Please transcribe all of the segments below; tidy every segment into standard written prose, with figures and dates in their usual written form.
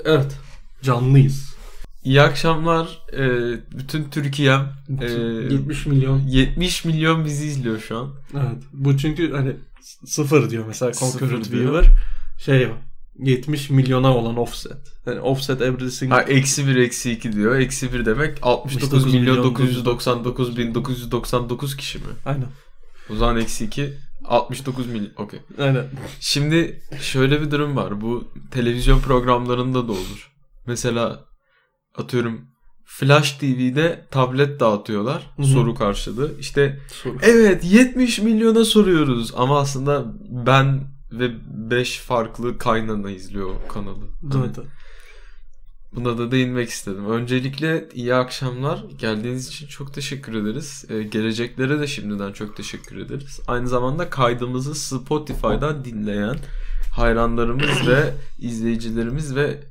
Evet. Canlıyız. İyi akşamlar. Bütün Türkiye'm. 70 milyon. 70 milyon bizi izliyor şu an. Evet. Bu çünkü hani 0 diyor mesela concurrent viewer. Şey o. 70 milyona olan offset. Yani offset everything. -1 -2 diyor. -1 demek 69 milyon 999 bin 999 kişi mi? Aynen. O zaman -2 69 milyon. Okey. Aynen. Şimdi şöyle bir durum var. Bu televizyon programlarında da olur. Mesela atıyorum Flash TV'de tablet dağıtıyorlar. Hı-hı. Soru karşılığı. İşte evet 70 milyona soruyoruz ama aslında ben ve 5 farklı kaynana izliyor o kanalı. Zaten. Buna da değinmek istedim. Öncelikle iyi akşamlar. Geldiğiniz için çok teşekkür ederiz. Geleceklere de şimdiden çok teşekkür ederiz. Aynı zamanda kaydımızı Spotify'dan dinleyen hayranlarımız ve izleyicilerimiz ve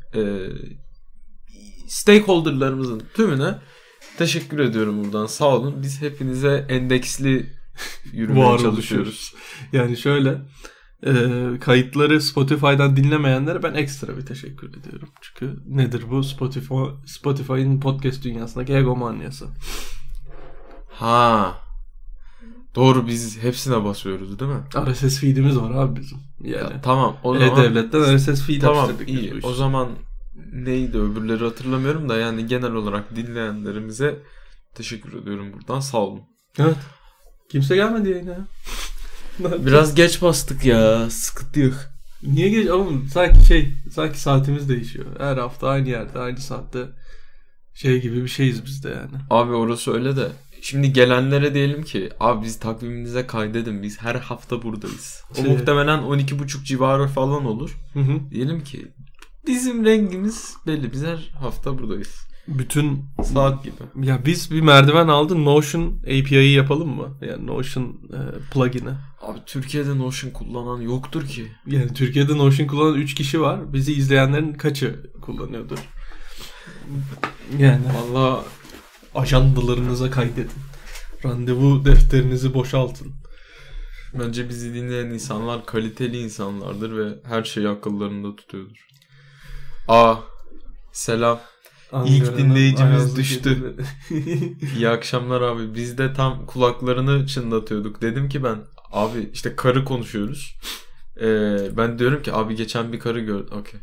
stakeholderlarımızın tümüne teşekkür ediyorum buradan. Sağ olun. Biz hepinize endeksli yürümeye çalışıyoruz. Yani şöyle kayıtları Spotify'dan dinlemeyenlere ben ekstra bir teşekkür ediyorum. Çünkü nedir bu? Spotify'ın podcast dünyasındaki egomanyası. Ha. Doğru, biz hepsine basıyoruz değil mi? RSS feed'imiz var abi bizim. Yani. Ya, tamam. O zaman devletten RSS feed tamam, iyi. O zaman neydi öbürleri hatırlamıyorum da yani genel olarak dinleyenlerimize teşekkür ediyorum buradan. Sağ olun. Evet. Kimse gelmedi yayına ya. Biraz geç bastık ya. Sıkıntı yok. Niye geç? Oğlum sanki saatimiz değişiyor. Her hafta aynı yerde, aynı saatte gibi bir şeyiz biz de yani. Abi orası öyle de. Şimdi gelenlere diyelim ki abi biz takviminize kaydedin. Biz her hafta buradayız. O muhtemelen 12.30 civarı falan olur. Hı. Diyelim ki bizim rengimiz belli. Biz her hafta buradayız. Bütün saat gibi. Ya biz bir merdiven aldı. Notion API'yi yapalım mı? Yani Notion plugin'i. Abi Türkiye'de Notion kullanan yoktur ki. Yani Türkiye'de Notion kullanan 3 kişi var. Bizi izleyenlerin kaçı kullanıyordur? Yani vallahi ajandalarınıza kaydedin. Randevu defterinizi boşaltın. Bence bizi dinleyen insanlar kaliteli insanlardır ve her şeyi akıllarında tutuyordur. Selam. İlk dinleyicimiz düştü. İyi akşamlar abi. Biz de tam kulaklarını çınlatıyorduk. Dedim ki ben abi işte karı konuşuyoruz. Ben diyorum ki abi geçen bir karı gördüm. Okey.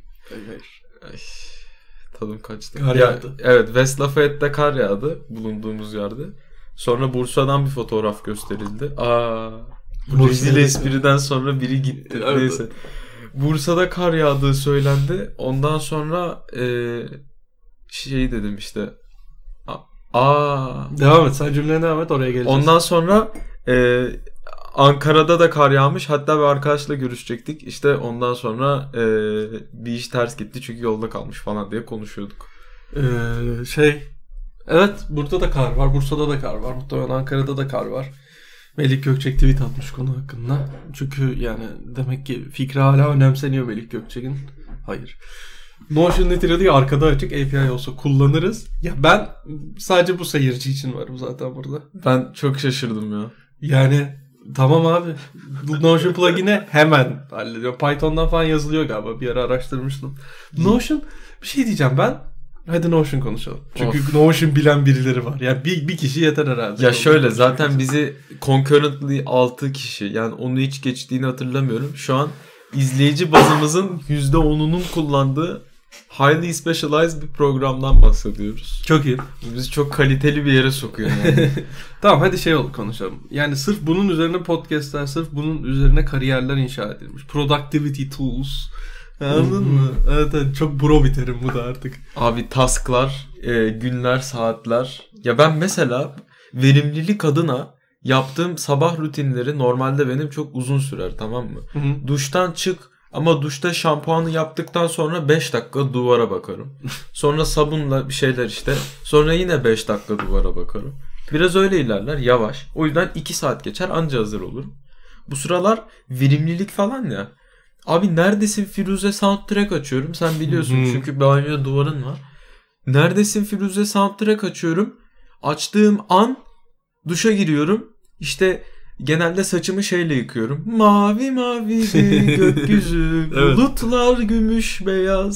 Tadım kaçtı. Kar yağdı. Evet, West Lafayette'de kar yağdı bulunduğumuz yerde. Sonra Bursa'dan bir fotoğraf gösterildi. Bu rezil espriden sonra biri gitti. Evet. Neyse. Bursa'da kar yağdığı söylendi. Ondan sonra dedim işte. Devam et. Sen cümlene devam et. Oraya geleceğiz. Ondan sonra Ankara'da da kar yağmış. Hatta bir arkadaşla görüşecektik. İşte ondan sonra bir iş ters gitti. Çünkü yolda kalmış falan diye konuşuyorduk. Evet. Burada da kar var. Bursa'da da kar var. Muhtemelen Ankara'da da kar var. Melik Gökçek tweet atmış konu hakkında. Çünkü yani demek ki fikri hala önemseniyor Melik Gökçek'in. Hayır. Notion nedir diye arkada açık API olsa kullanırız. Ya ben sadece bu seyirci için varım zaten burada. Ben çok şaşırdım ya. Yani tamam abi. Bu Notion plugin'i hemen hallediyor. Python'dan falan yazılıyor galiba. Bir ara araştırmıştım. Notion bir şey diyeceğim ben. Hadi Notion konuşalım. Çünkü Notion bilen birileri var. Yani bir kişi yeter herhalde. Ya şöyle zaten bizi concurrently 6 kişi. Yani onu hiç geçtiğini hatırlamıyorum. Şu an izleyici bazımızın %10'unun kullandığı highly specialized bir programdan bahsediyoruz. Çok iyi. Bizi çok kaliteli bir yere sokuyor yani. Tamam hadi konuşalım. Yani sırf bunun üzerine podcastler, sırf bunun üzerine kariyerler inşa edilmiş. Productivity tools. Anladın mı? Evet, çok bro bir terim bu da artık. Abi tasklar, günler, saatler. Ya ben mesela verimlilik adına yaptığım sabah rutinleri normalde benim çok uzun sürer, tamam mı? Hı-hı. Duştan çık ama duşta şampuanı yaptıktan sonra 5 dakika duvara bakarım. Sonra sabunla bir şeyler işte. Sonra yine 5 dakika duvara bakarım. Biraz öyle ilerler yavaş. O yüzden 2 saat geçer anca hazır olurum. Bu sıralar verimlilik falan ya. Abi neredesin Firuze soundtrack açıyorum. Sen biliyorsun çünkü banyoda duvarın var. Neredesin Firuze soundtrack açıyorum. Açtığım an duşa giriyorum. İşte genelde saçımı şeyle yıkıyorum. Mavi mavi bir gökyüzü, evet. Bulutlar gümüş beyaz.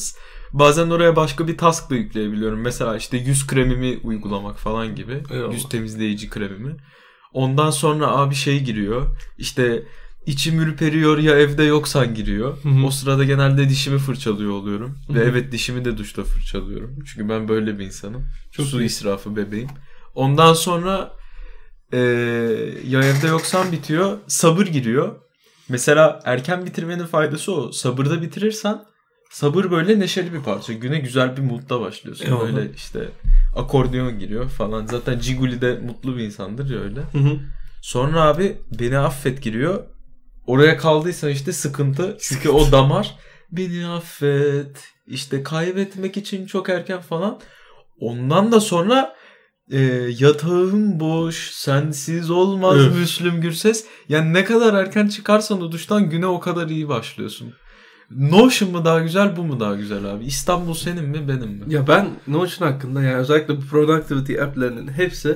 Bazen oraya başka bir task da yükleyebiliyorum. Mesela işte yüz kremimi uygulamak falan gibi. Eyvallah. Yüz temizleyici kremimi. Ondan sonra abi şey giriyor. İşte içim ürperiyor ya evde yoksan giriyor. Hı. O sırada genelde dişimi fırçalıyor oluyorum. Hı. Ve evet, dişimi de duşta fırçalıyorum. Çünkü ben böyle bir insanım. Çok Su iyi. israfı bebeğim. Ondan sonra ya evde yoksan bitiyor. Sabır giriyor. Mesela erken bitirmenin faydası o. Sabırda bitirirsen, sabır böyle neşeli bir parça. Güne güzel bir moodda başlıyorsun. Eyvallah. Böyle işte akordeon giriyor falan. Zaten Ciguli de mutlu bir insandır ya öyle. Hı. Sonra abi beni affet giriyor. Oraya kaldıysan işte sıkıntı. Çünkü o damar. Beni affet. İşte kaybetmek için çok erken falan. Ondan da sonra yatağım boş, sensiz olmaz Öf. Müslüm Gürses. Yani ne kadar erken çıkarsan o duştan güne o kadar iyi başlıyorsun. Notion mu daha güzel, bu mu daha güzel abi? İstanbul senin mi, benim mi? Ya ben Notion hakkında, yani özellikle bu productivity app'lerinin hepsi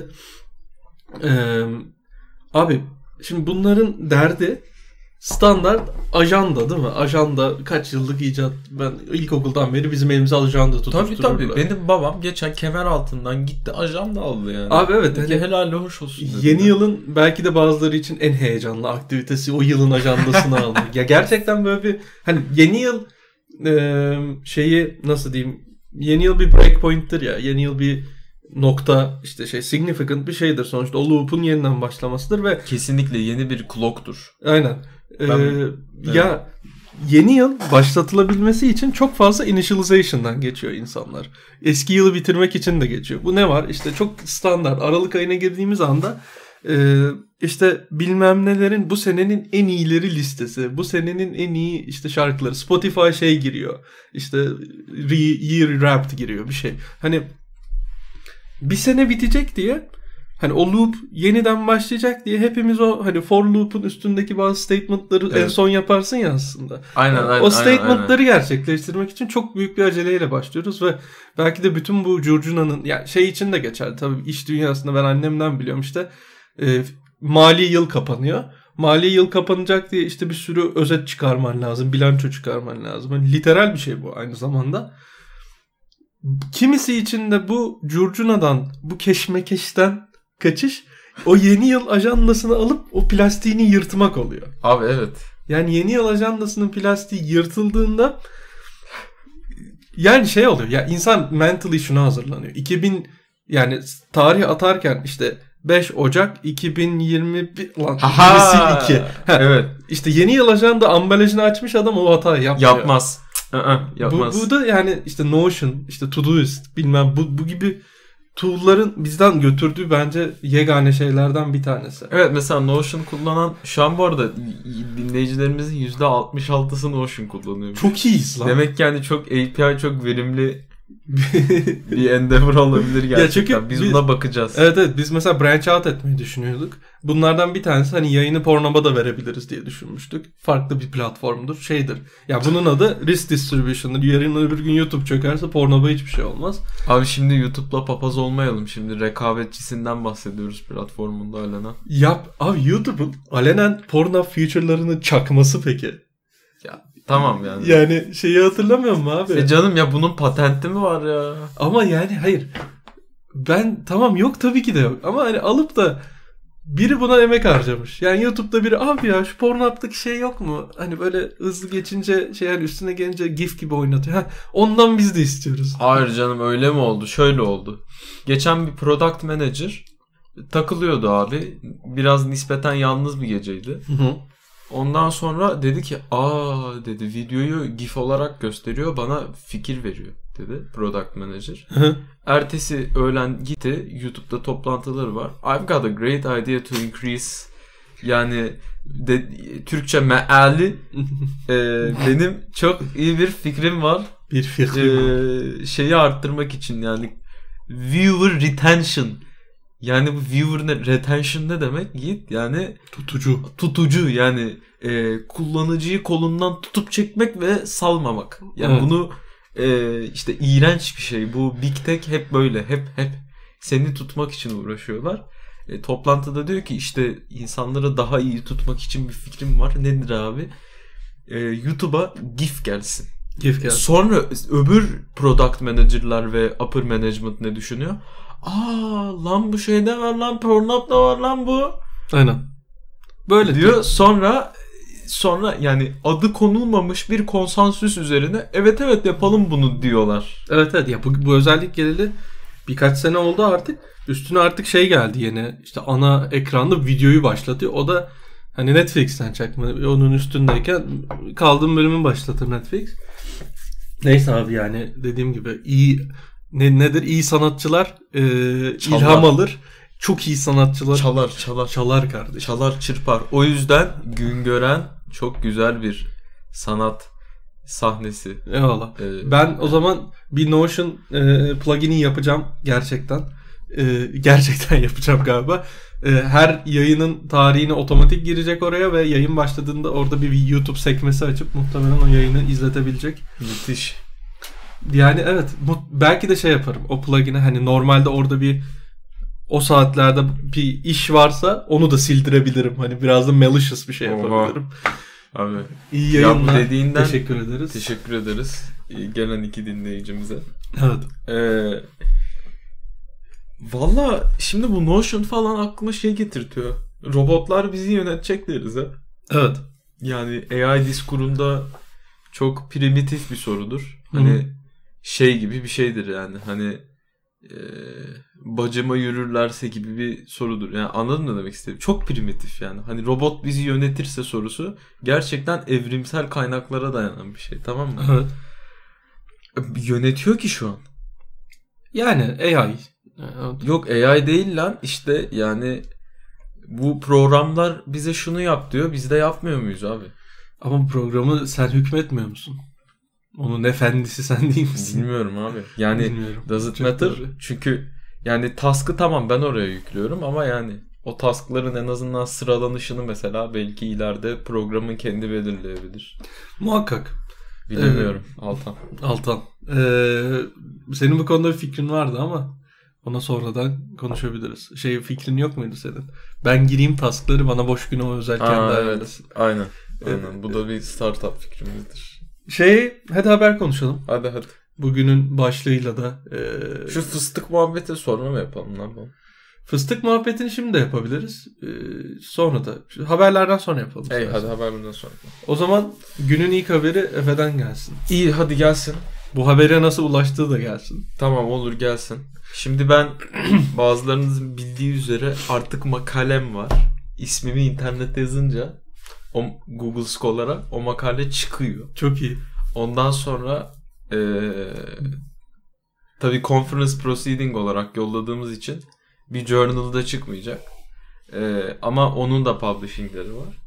abi şimdi bunların derdi standart ajanda değil mi? Ajanda kaç yıllık icat. Ben ilkokuldan beri bizim elimize ajanda tutuştururlar. Tabii. Benim babam geçen kemer altından gitti ajanda aldı yani. Abi evet. Hani helal hoş olsun dedi. Yeni yılın belki de bazıları için en heyecanlı aktivitesi o yılın ajandasını almak. Ya gerçekten böyle bir hani yeni yıl şeyi nasıl diyeyim, yeni yıl bir breakpoint'tir ya. Yeni yıl bir nokta, işte significant bir şeydir. Sonuçta o loop'un yeniden başlamasıdır ve Kesinlikle yeni bir clock'tur. aynen. Evet. Ya yeni yıl başlatılabilmesi için çok fazla initialization'dan geçiyor insanlar. Eski yılı bitirmek için de geçiyor. Bu ne var? İşte çok standart. Aralık ayına girdiğimiz anda işte bilmem nelerin bu senenin en iyileri listesi. Bu senenin en iyi işte şarkıları. Spotify giriyor. İşte Year Wrapped giriyor bir şey. Hani bir sene bitecek diye, hani o loop yeniden başlayacak diye hepimiz o hani for loop'un üstündeki bazı statement'ları en son yaparsın ya aslında. Aynen. O statement'ları gerçekleştirmek için çok büyük bir aceleyle başlıyoruz ve belki de bütün bu curcunanın, yani için de geçerli tabii, iş dünyasında ben annemden biliyorum işte mali yıl kapanıyor. Mali yıl kapanacak diye işte bir sürü özet çıkarman lazım, bilanço çıkarman lazım. Hani literal bir şey bu aynı zamanda. Kimisi için de bu curcunadan, bu keşmekeşten kaçış o yeni yıl ajandasını alıp o plastiğini yırtmak oluyor. Abi evet. Yani yeni yıl ajandasının plastiği yırtıldığında yani oluyor ya, insan mentally şuna hazırlanıyor. 2000 yani tarih atarken işte 5 Ocak 2021 lan birisi 2. Evet. İşte yeni yıl ajanda ambalajını açmış adam o hatayı yapmıyor. Yapmaz. Yapmaz. Bu da yani işte Notion, işte Todoist bilmem bu gibi tool'ların bizden götürdüğü bence yegane şeylerden bir tanesi. Evet, mesela Notion kullanan şu an bu arada dinleyicilerimizin %66'sı Notion kullanıyor. Çok iyiyiz lan. Demek ki yani çok API çok verimli bir endeavor olabilir gerçekten. Ya çünkü biz buna bakacağız. Evet biz mesela branch out etmeyi düşünüyorduk. Bunlardan bir tanesi hani yayını Pornhub'a da verebiliriz diye düşünmüştük. Farklı bir platformdur. Ya bunun adı risk distribution'dır. Yarın öbür gün YouTube çökerse Pornhub'a hiçbir şey olmaz. Abi şimdi YouTube'la papaz olmayalım. Şimdi rekabetçisinden bahsediyoruz platformunda alenen. Abi YouTube'un alenen Pornhub feature'larını çakması peki. Ya tamam yani. Yani hatırlamıyor musun abi? Canım ya bunun patenti mi var ya? Ama yani hayır. Ben tamam yok tabii ki de yok. Ama hani alıp da biri buna emek harcamış. Yani YouTube'da biri abi ya şu Pornhub'daki yok mu? Hani böyle hızlı geçince hani üstüne gelince GIF gibi oynatıyor. Ondan biz de istiyoruz. Hayır canım öyle mi oldu? Şöyle oldu. Geçen bir product manager takılıyordu abi. Biraz nispeten yalnız bir geceydi. Hı. Ondan sonra dedi ki dedi videoyu GIF olarak gösteriyor, bana fikir veriyor dedi product manager. Ertesi öğlen gitti, YouTube'da toplantıları var. I've got a great idea to increase, yani Türkçe meali benim çok iyi bir fikrim var. Bir fikrim şeyi arttırmak için, yani viewer retention. Yani bu viewer retention ne demek Yiğit? Yani tutucu yani kullanıcıyı kolundan tutup çekmek ve salmamak. Yani evet. Bunu işte iğrenç bir şey. Bu Big Tech hep böyle. Hep seni tutmak için uğraşıyorlar. Toplantıda diyor ki işte insanları daha iyi tutmak için bir fikrim var. Nedir abi? YouTube'a GIF gelsin. Gif geldi. Sonra öbür product manager'lar ve upper management ne düşünüyor? Lan bu şeyde var lan, Pornhub'da var lan bu. Aynen. Böyle diyor. Sonra yani adı konulmamış bir konsensüs üzerine evet yapalım bunu diyorlar. Evet ya bu özellik geleli birkaç sene oldu artık. Üstüne artık şey geldi yine, işte ana ekranda videoyu başlatıyor. O da hani Netflix'ten çakma. Onun üstündeyken kaldığım bölümü başlatır Netflix. Neyse abi, yani dediğim gibi nedir? İyi sanatçılar ilham alır. Çok iyi sanatçılar çalar kardeşim. Çalar çırpar. O yüzden Güngören çok güzel bir sanat sahnesi. Eyvallah. Ben o zaman bir Notion plugin'i yapacağım gerçekten. Gerçekten yapacağım galiba. Her yayının tarihini otomatik girecek oraya ve yayın başladığında orada bir YouTube sekmesi açıp muhtemelen o yayını izletebilecek. Müthiş. Yani evet, belki de şey yaparım. O plugin'e hani normalde orada o saatlerde bir iş varsa onu da sildirebilirim. Hani biraz da malicious bir şey yapabilirim. Abi. İyi yayınlar. Dediğinden teşekkür ederiz. Teşekkür ederiz. Gelen 2 dinleyicimize. Evet. Valla şimdi bu Notion falan aklıma şey getirtiyor. Robotlar bizi yönetecek deriz ha. Evet. Yani AI diskurunda çok primitif bir sorudur. Hani şey gibi bir şeydir yani. Hani bacıma yürürlerse gibi bir sorudur. Yani anladın mı demek istediğim? Çok primitif yani. Hani robot bizi yönetirse sorusu gerçekten evrimsel kaynaklara dayanan bir şey. Tamam mı? Evet. Yönetiyor ki şu an. Yani AI. Yok AI değil lan. İşte yani bu programlar bize şunu yap diyor. Biz de yapmıyor muyuz abi? Ama programı sen hükmetmiyor musun? Onun efendisi sen değil misin? Bilmiyorum abi. Yani Bilmiyorum. Does it matter? Çünkü yani task'ı tamam ben oraya yüklüyorum ama yani o task'ların en azından sıralanışını mesela belki ileride programın kendi belirleyebilir. Muhakkak. Bilmiyorum. Altan. Senin bu konuda bir fikrin vardı ama ona sonradan konuşabiliriz. Fikrin yok muydu senin? Ben gireyim task'ları, bana boş gün o özel kendi ayarlasın. Aynen. Bu da bir startup fikrimizdir. Hadi haber konuşalım. Hadi. Bugünün başlığıyla da şu fıstık muhabbeti sonra mı yapalım lan bu? Fıstık muhabbetini şimdi de yapabiliriz. Sonra da haberlerden sonra yapalım. Hadi haberlerden sonra. O zaman günün ilk haberi Efe'den gelsin. İyi hadi gelsin. Bu habere nasıl ulaştığı da gelsin. Tamam olur gelsin. Şimdi ben bazılarınızın bildiği üzere artık makalem var. İsmimi internette yazınca o Google Scholar'a o makale çıkıyor. Çok iyi. Ondan sonra tabii conference proceeding olarak yolladığımız için bir journal'da çıkmayacak. Ama onun da publishing'leri var.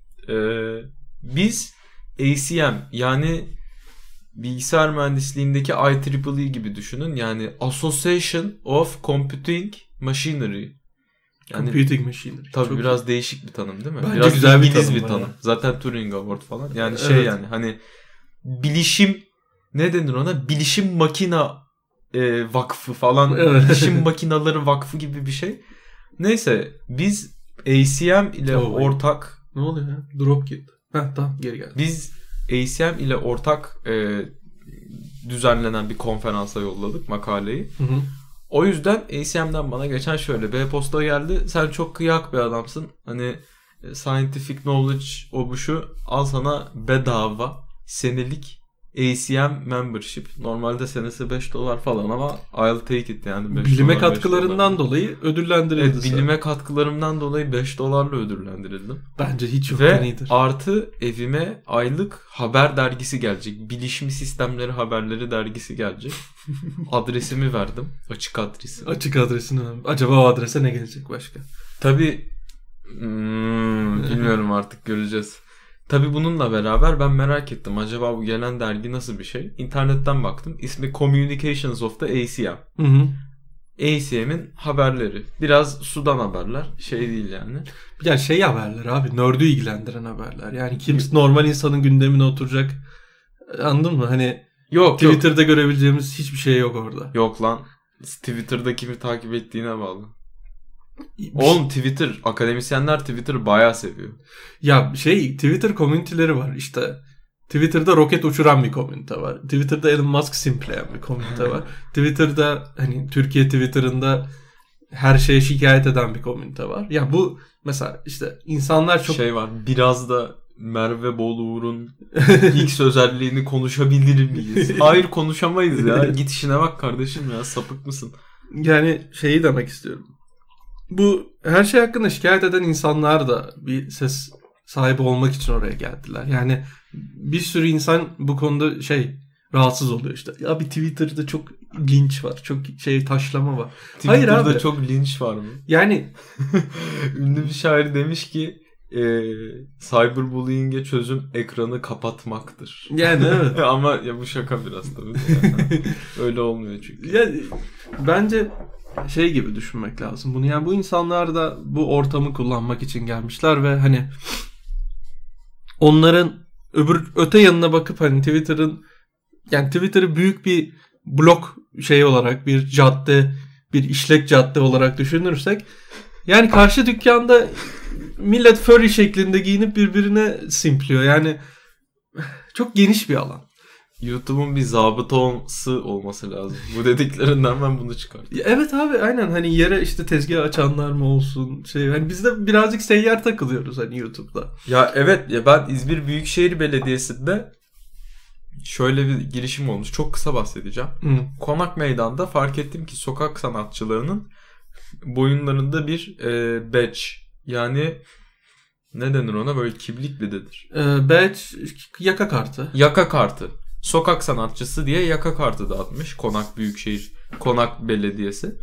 Biz ACM yani bilgisayar mühendisliğindeki IEEE gibi düşünün. Yani Association of Computing Machinery. Yani, Computing Machinery. Tabii çok biraz değişik bir tanım değil mi? Bence biraz güzel İngiliz bir tanım. Ya. Zaten Turing Award falan. Yani evet. Yani hani bilişim ne denir ona? Bilişim makina vakfı falan. Evet. Bilişim makinaları vakfı gibi bir şey. Neyse biz ACM ile ortak... Ne oluyor ya? Drop gitti. Tamam geri geldi. Biz ACM ile ortak düzenlenen bir konferansa yolladık makaleyi. Hı. O yüzden ACM'den bana geçen şöyle bir e-posta geldi. Sen çok kıyak bir adamsın. Hani scientific knowledge o bu şu. Al sana bedava senelik ACM membership. Normalde senesi $5 falan ama I'll take it yani. Bilime katkılarından dolayı ödüllendirildi. Evet, bilime katkılarımdan dolayı $5 ödüllendirildim. Bence hiç yok. Ve artı evime aylık haber dergisi gelecek. Bilişim sistemleri haberleri dergisi gelecek. Adresimi verdim. Açık adresi. Açık adresini. Acaba o adrese ne gelecek başka? Tabii bilmiyorum artık göreceğiz. Tabii bununla beraber ben merak ettim. Acaba bu gelen dergi nasıl bir şey? İnternetten baktım. İsmi Communications of the ACM. ACM'in haberleri. Biraz sudan haberler. Şey değil yani. Ya haberler abi. Nerd'ü ilgilendiren haberler. Yani kimse normal insanın gündemine oturacak. Anladın mı? Hani yok Twitter'da görebileceğimiz hiçbir şey yok orada. Yok lan. Twitter'da kimi takip ettiğine bağlı. Oğlum akademisyenler Twitter'ı bayağı seviyor. Ya Twitter komüniteleri var işte. Twitter'da roket uçuran bir komünite var. Twitter'da Elon Musk simpleyen bir komünite var. Twitter'da hani Türkiye Twitter'ında her şeye şikayet eden bir komünite var. Ya bu mesela işte insanlar çok şey var. Biraz da Merve Boluğur'un X özelliğini konuşabilir miyiz? Hayır, konuşamayız ya. Git işine bak kardeşim ya. Sapık mısın? yani şeyi demek istiyorum. Bu her şey hakkında şikayet eden insanlar da bir ses sahibi olmak için oraya geldiler. Yani bir sürü insan bu konuda rahatsız oluyor işte. Ya bir Twitter'da çok linç var. Çok taşlama var. Hayır Twitter'da abi. çok linç var mı? Yani Ünlü bir şair demiş ki cyberbullying'e çözüm ekranı kapatmaktır. yani evet. Ama ya bu şaka biraz tabii. Yani. Öyle olmuyor çünkü. Yani bence gibi düşünmek lazım bunu. Yani bu insanlar da bu ortamı kullanmak için gelmişler ve hani onların öte yanına bakıp hani Twitter'ı büyük bir blok olarak, bir cadde, bir işlek cadde olarak düşünürsek yani karşı dükkanda millet furry şeklinde giyinip birbirine simpliyor. Yani çok geniş bir alan. YouTube'un bir zabıtası olması lazım. Bu dediklerinden ben bunu çıkarttım. Evet abi, aynen, hani yere işte tezgah açanlar mı olsun hani biz de birazcık seyyar takılıyoruz hani YouTube'da. Ya evet, ya ben İzmir Büyükşehir Belediyesi'nde şöyle bir girişim olmuş. Çok kısa bahsedeceğim. Konak Meydan'da fark ettim ki sokak sanatçılarının boyunlarında bir badge, yani ne denir ona, böyle kimlik mi denir? Badge, yaka kartı. Yaka kartı. Sokak sanatçısı diye yaka kartı dağıtmış Konak Belediyesi.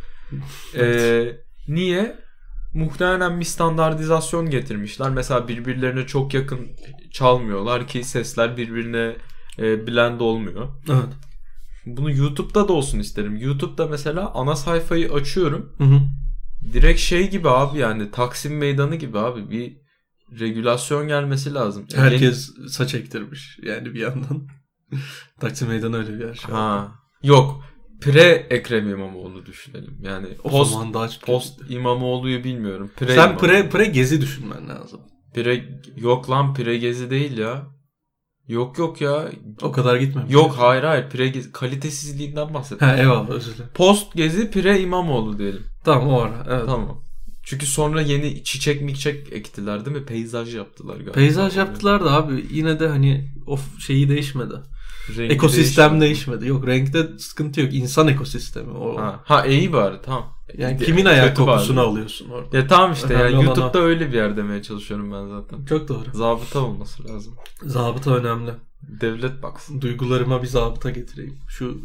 Niye? Muhtemelen bir standartizasyon getirmişler. Mesela birbirlerine çok yakın çalmıyorlar ki sesler birbirine blend olmuyor. Evet. Bunu YouTube'da da olsun isterim. YouTube'da mesela ana sayfayı açıyorum. Hı hı. Direkt gibi abi, yani Taksim Meydanı gibi abi, bir regülasyon gelmesi lazım. Herkes saç ektirmiş yani bir yandan. Taksim Meydanı öyle bir yer şu an. Yok. Pre-Ekrem İmamoğlu düşünelim. Yani post İmamoğlu'yu bilmiyorum. Sen pre Gezi düşünmen lazım. Yok lan, pre Gezi değil ya. Yok ya. O kadar gitmemiş. Yok, hayır. Pre Gezi kalitesizliğinden bahsediyorum. Eyvallah, özür dilerim. Post Gezi, pre İmamoğlu diyelim. Tamam, o ara. Evet. Tamam. Çünkü sonra yeni çiçek ektiler değil mi? Peyzaj yaptılar galiba. Peyzaj yaptılar da abi yine de hani o değişmedi. Rengi ekosistem değişmedi. Yok, renkte sıkıntı yok. İnsan ekosistemi o. İyi bari, tamam. Yani kimin ayak kokusunu alıyorsun orada. Ya tamam işte, yani YouTube'da öyle bir yer demeye çalışıyorum ben zaten. Çok doğru. Zabıta olması lazım. Zabıta önemli. Devlet baksın. Duygularıma bir zabıta getireyim.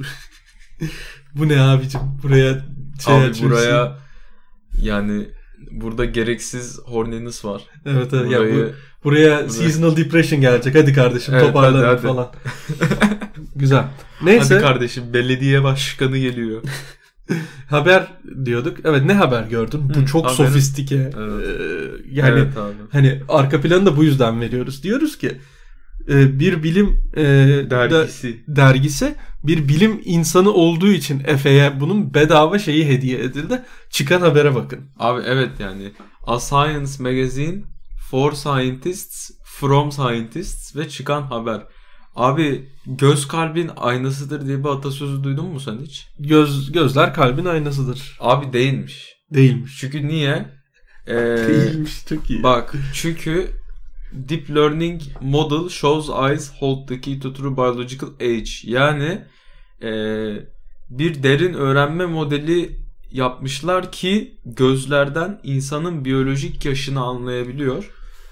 Bu ne abicim? Buraya buraya yani burada gereksiz horniness var. Evet. Buraya seasonal depression gelecek. Hadi kardeşim, toparlanın hadi. falan. Güzel. Neyse. Hadi kardeşim, belediye başkanı geliyor. Haber diyorduk. Evet, ne haber gördün? Bu çok sofistike. Evet. Yani evet abi. Hani arka planı da bu yüzden veriyoruz. Diyoruz ki bir bilim dergisi bir bilim insanı olduğu için Efe'ye bunun bedava hediye edildi. Çıkan habere bakın. Abi evet, yani A Science Magazine for Scientists from Scientists ve çıkan haber. Abi göz kalbin aynasıdır diye bir atasözü duydun mu sen hiç? Gözler kalbin aynasıdır. Abi değilmiş. Değilmiş. Çünkü niye? Değilmiş, çok iyi. Bak, çünkü Deep Learning Model shows eyes hold the key to true biological age. Yani bir derin öğrenme modeli yapmışlar ki gözlerden insanın biyolojik yaşını anlayabiliyor.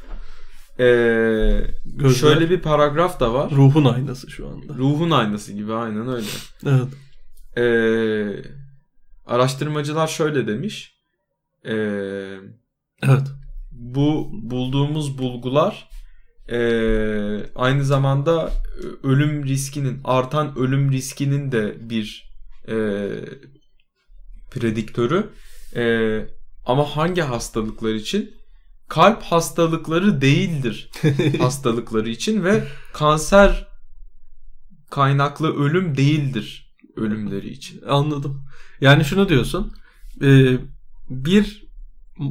Şöyle bir paragraf da var. Ruhun aynası şu anda. Ruhun aynası gibi, aynen öyle. Evet. Araştırmacılar şöyle demiş. Evet. Bu bulduğumuz bulgular aynı zamanda artan ölüm riskinin de bir prediktörü. Ama hangi hastalıklar için? Kalp hastalıkları değildir hastalıkları için ve kanser kaynaklı ölüm değildir ölümleri için. Anladım. Yani şunu diyorsun. Bir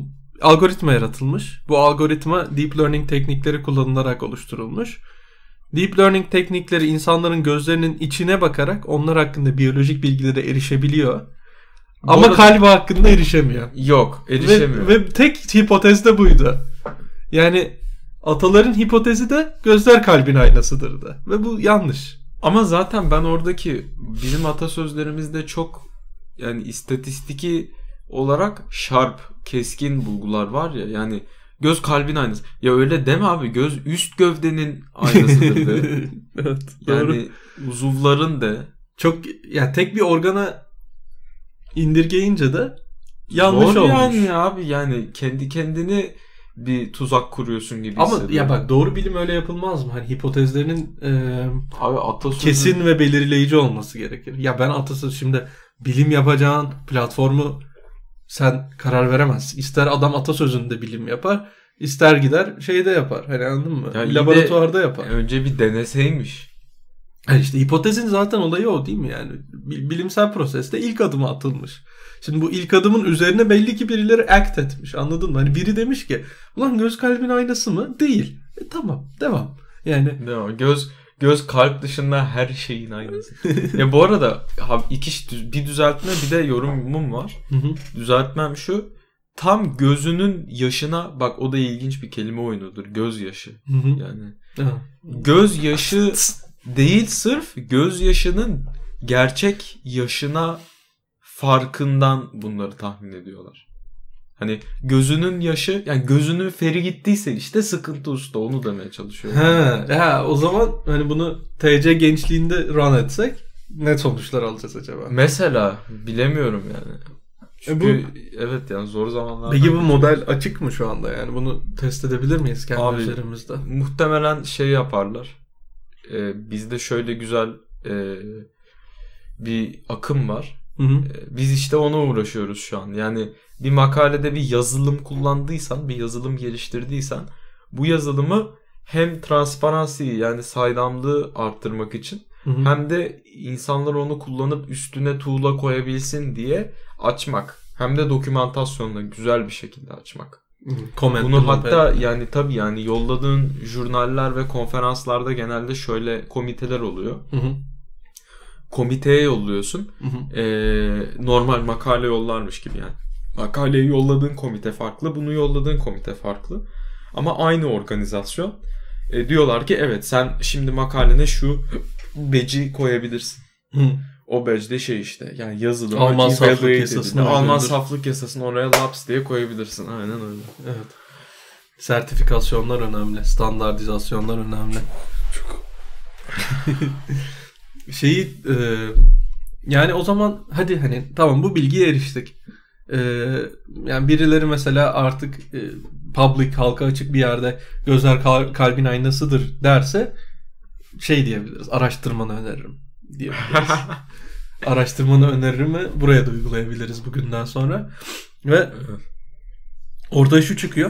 algoritma yaratılmış. Bu algoritma deep learning teknikleri kullanılarak oluşturulmuş. Deep learning teknikleri insanların gözlerinin içine bakarak onlar hakkında biyolojik bilgilere erişebiliyor. Ama kalbi hakkında erişemiyor. Yok, erişemiyor. Ve tek hipotez de buydu. Yani ataların hipotezi de gözler kalbin aynasıdır da. Ve bu yanlış. Ama zaten ben oradaki bizim atasözlerimizde çok yani istatistiki olarak keskin bulgular var ya, yani göz kalbin aynası. Ya öyle deme abi, göz üst gövdenin aynasıdır de. Evet, yani uzuvların de. Çok yani tek bir organa indirgeyince de yanlış zor olmuş. yani abi, yani kendi kendini bir tuzak kuruyorsun gibi hissediyorum. Ama ya bak, doğru bilim öyle yapılmaz mı? Hani hipotezlerinin abi atasözü kesin ve belirleyici olması gerekir. Ya ben atasözü şimdi bilim yapacağın platformu sen karar veremezsin. İster adam atasözünde bilim yapar, ister gider şeyde yapar. Hani anladın mı? Ya laboratuvarda yapar. Önce bir deneseymiş. Yani işte hipotezin zaten olayı o değil mi yani? Bilimsel proseste ilk adımı atılmış. Şimdi bu ilk adımın üzerine belli ki birileri act etmiş. Anladın mı? Hani biri demiş ki ulan göz kalbin aynası mı? Değil. Tamam, devam. Yani devam. Göz kalp dışında her şeyin aynası. Ya bu arada bir düzeltme bir de yorumum var. Düzeltmem şu. Tam gözünün yaşına bak, o da ilginç bir kelime oyunudur. Gözyaşı. Yani gözyaşı değil, sırf gözyaşının gerçek yaşına farkından bunları tahmin ediyorlar. Hani gözünün yaşı, yani gözünün feri gittiyse işte sıkıntı usta, onu demeye çalışıyorum. O zaman hani bunu TC gençliğinde run etsek ne sonuçlar alacağız acaba? Mesela bilemiyorum yani. Çünkü evet yani zor zamanlar. Peki bu model açık mı şu anda, yani bunu test edebilir miyiz kendi üzerimizde? Muhtemelen şey yaparlar. Bizde şöyle güzel bir akım var. Biz işte ona uğraşıyoruz şu an. Yani bir makalede bir yazılım kullandıysan, bir yazılım geliştirdiysen, bu yazılımı hem transparansiyi, yani saydamlığı arttırmak için hem de insanlar onu kullanıp üstüne tuğla koyabilsin diye açmak. Hem de dokümantasyonla güzel bir şekilde açmak. Bunu hatta yani tabii yani yolladığın jurnaller ve konferanslarda genelde şöyle komiteler oluyor. Komiteye yolluyorsun. Normal makale yollarmış gibi yani. Makaleyi yolladığın komite farklı, bunu yolladığın komite farklı. Ama aynı organizasyon. Diyorlar ki evet, sen şimdi makalene şu badge'i koyabilirsin. O badge de şey işte, yani yazılım. Alman saflık yasasını. Alman saflık yasasını oraya laps diye koyabilirsin. Aynen öyle. Evet. Sertifikasyonlar önemli. Standartizasyonlar önemli. Çok. Yani o zaman hadi hani tamam, bu bilgiye eriştik. Yani birileri mesela artık public, halka açık bir yerde gözler kalbin aynasıdır derse şey diyebiliriz. Araştırmanı öneririm diyebiliriz. Araştırmanı öneririmi buraya da uygulayabiliriz bugünden sonra. Ve orada şu çıkıyor.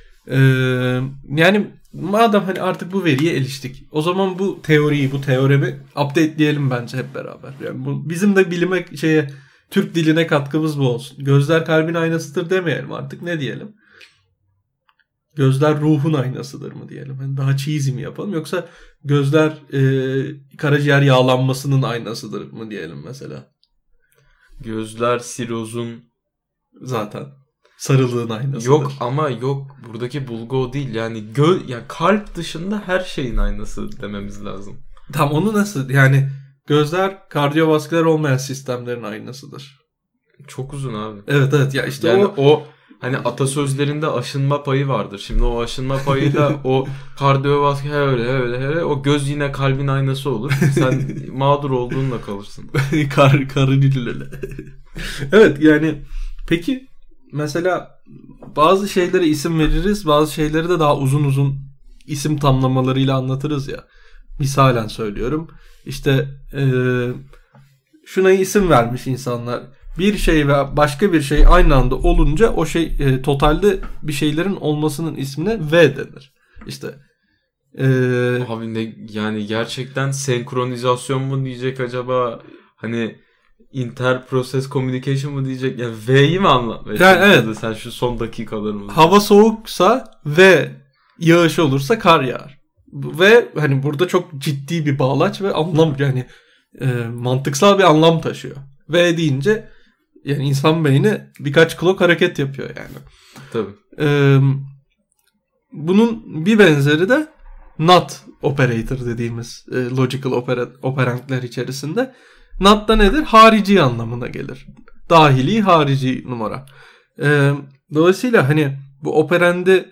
Yani madem hani artık bu veriye eriştik, o zaman bu teoriyi, bu teoremi updateleyelim bence hep beraber. Yani bu bizim de bilime, Türk diline katkımız bu olsun. Gözler kalbin aynasıdır demeyelim artık. Ne diyelim? Gözler ruhun aynasıdır mı diyelim? Yani daha cheesy mi yapalım? Yoksa gözler karaciğer yağlanmasının aynasıdır mı diyelim mesela? Gözler sirozun zaten sarılığın aynasıdır. Yok ama yok. Buradaki bulgu o değil. Yani yani kalp dışında her şeyin aynası dememiz lazım. Tam onu nasıl? Yani gözler kardiyovasküler olmayan sistemlerin aynasıdır. Çok uzun abi. Evet ya işte yani o hani atasözlerinde aşınma payı vardır. Şimdi o aşınma payı da o kardiyovasküler öyle o göz yine kalbin aynası olur. Sen mağdur olduğunla kalırsın. Karın evet yani peki mesela bazı şeylere isim veririz, bazı şeyleri de daha uzun isim tamlamalarıyla anlatırız ya. Misalen söylüyorum. İşte şuna isim vermiş insanlar. Bir şey ve başka bir şey aynı anda olunca o şey totalde bir şeylerin olmasının ismine V denir. İşte abi ne yani, gerçekten senkronizasyon mu diyecek acaba? Hani interprocess communication mu diyecek? Yani V'yi mi anlatmaya çalışıyorsun? Evet. Sen şu son dakikalarımızda. Hava soğuksa V, yağış olursa kar yağar. Ve hani burada çok ciddi bir bağlaç ve anlam, yani mantıksal bir anlam taşıyor. V deyince yani insan beyni birkaç clock hareket yapıyor yani. Tabii. Bunun bir benzeri de NOT operator dediğimiz logical operandler içerisinde. NOT da nedir? Harici anlamına gelir. Dahili, harici numara. Dolayısıyla hani bu operandi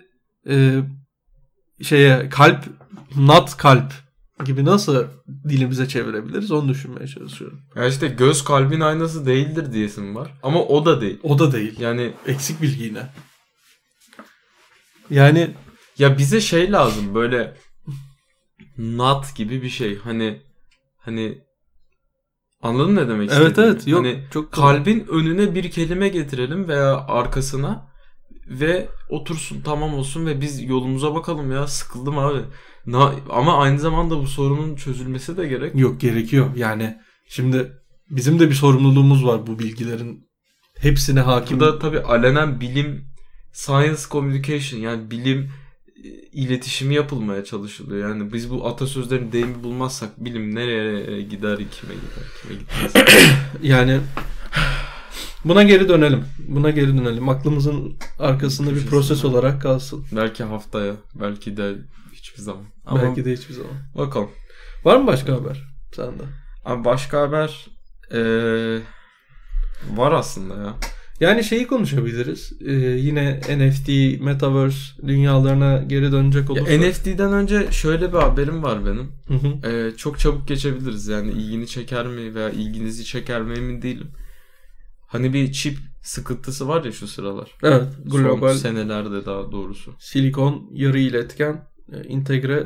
kalp, NOT kalp gibi nasıl dilimize çevirebiliriz onu düşünmeye çalışıyorum. Ya işte göz kalbin aynası değildir diyesim var. Ama o da değil. O da değil. Yani eksik bilgi yine. Yani ya bize şey lazım, böyle not gibi bir şey. Hani anladın ne demek istediğimi? Evet yok. Hani çok kalbin önüne bir kelime getirelim veya arkasına ve otursun, tamam olsun ve biz yolumuza bakalım ya, sıkıldım abi. Ama aynı zamanda bu sorunun çözülmesi de gerek. Yok, gerekiyor. Yani şimdi bizim de bir sorumluluğumuz var bu bilgilerin hepsine hakim. Burada tabii alenen bilim, science communication, yani bilim iletişimi yapılmaya çalışılıyor. Yani biz bu atasözlerin deyimi bulmazsak bilim nereye gider, kime gitmez. Yani buna geri dönelim. Aklımızın arkasında bir proses olarak kalsın. Belki haftaya, belki de hiçbir zaman. Belki de hiçbir zaman. Bakalım. Var mı başka haber sende? Abi başka haber var aslında ya. Yani şeyi konuşabiliriz. Yine NFT, Metaverse dünyalarına geri dönecek olursak. NFT'den önce şöyle bir haberim var benim. Hı. Çok çabuk geçebiliriz. Yani ilgini çeker mi veya ilginizi çeker mi emin değilim. Hani bir çip sıkıntısı var ya şu sıralar. Evet. Global. Son senelerde daha doğrusu. Silikon, yarı iletken, entegre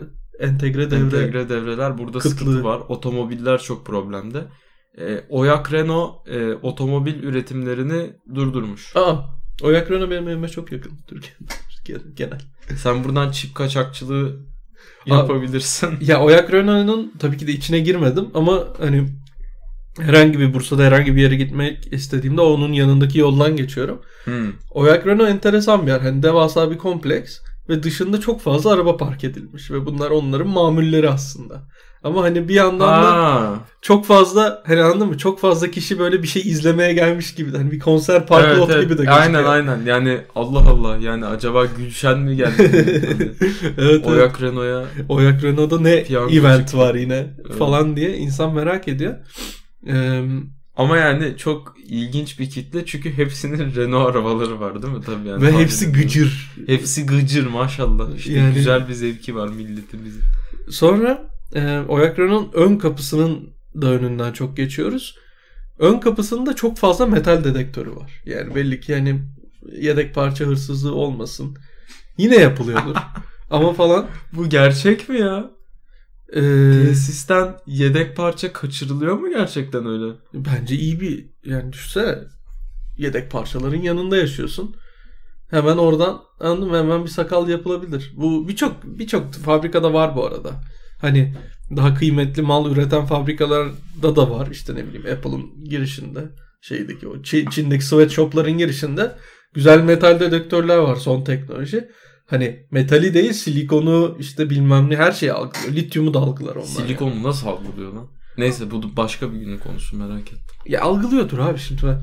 devreler burada kıtlığı. Sıkıntı var. Otomobiller çok problemde. Oyak Renault otomobil üretimlerini durdurmuş. Oyak Renault benim evime çok yakın Türkiye'de genel. Sen buradan çip kaçakçılığı yapabilirsin. Ya Oyak Renault'un tabii ki de içine girmedim ama hani herhangi bir Bursa'da herhangi bir yere gitmek istediğimde onun yanındaki yoldan geçiyorum. Oyak Renault enteresan bir yer. Hani devasa bir kompleks ve dışında çok fazla araba park edilmiş ve bunlar onların mamulleri aslında. Ama hani bir yandan da çok fazla, hani anladın mı? Çok fazla kişi böyle bir şey izlemeye gelmiş gibi. Hani bir konser park lot gibi de gözüküyor. Aynen. Yani Allah yani acaba Gülşen mi geldi? Evet. Oyak Renault'a. Oyak Renault'da ne event çıktı var yine falan diye insan merak ediyor. Ama yani çok ilginç bir kitle çünkü hepsinin Renault arabaları var değil mi? Tabii yani. Ve hepsi gıcır. Hepsi gıcır maşallah. İşte yani güzel bir zevki var milletimizin. Sonra Oyak Renault'un ön kapısının da önünden çok geçiyoruz. Ön kapısında çok fazla metal dedektörü var. Yani belli ki yani yedek parça hırsızlığı olmasın. Yine yapılıyordur. Ama falan. Bu gerçek mi ya? Tesisten yedek parça kaçırılıyor mu gerçekten öyle? Bence iyi bir, yani düşünsene yedek parçaların yanında yaşıyorsun. Hemen oradan anladın mı? Hemen bir sakal yapılabilir. Bu birçok fabrikada var bu arada. Hani daha kıymetli mal üreten fabrikalarda da var. İşte ne bileyim Apple'ın girişinde, şeydeki o Çin'deki sweatshop'ların girişinde güzel metal dedektörler var, son teknoloji. Hani metali değil, silikonu işte bilmem ne her şeyi algılıyor. Lityumu da algılar onlar. Silikonu yani nasıl algılıyor lan? Neyse bu başka bir günün konusu, merak ettim. Ya algılıyordur abi, şimdi ben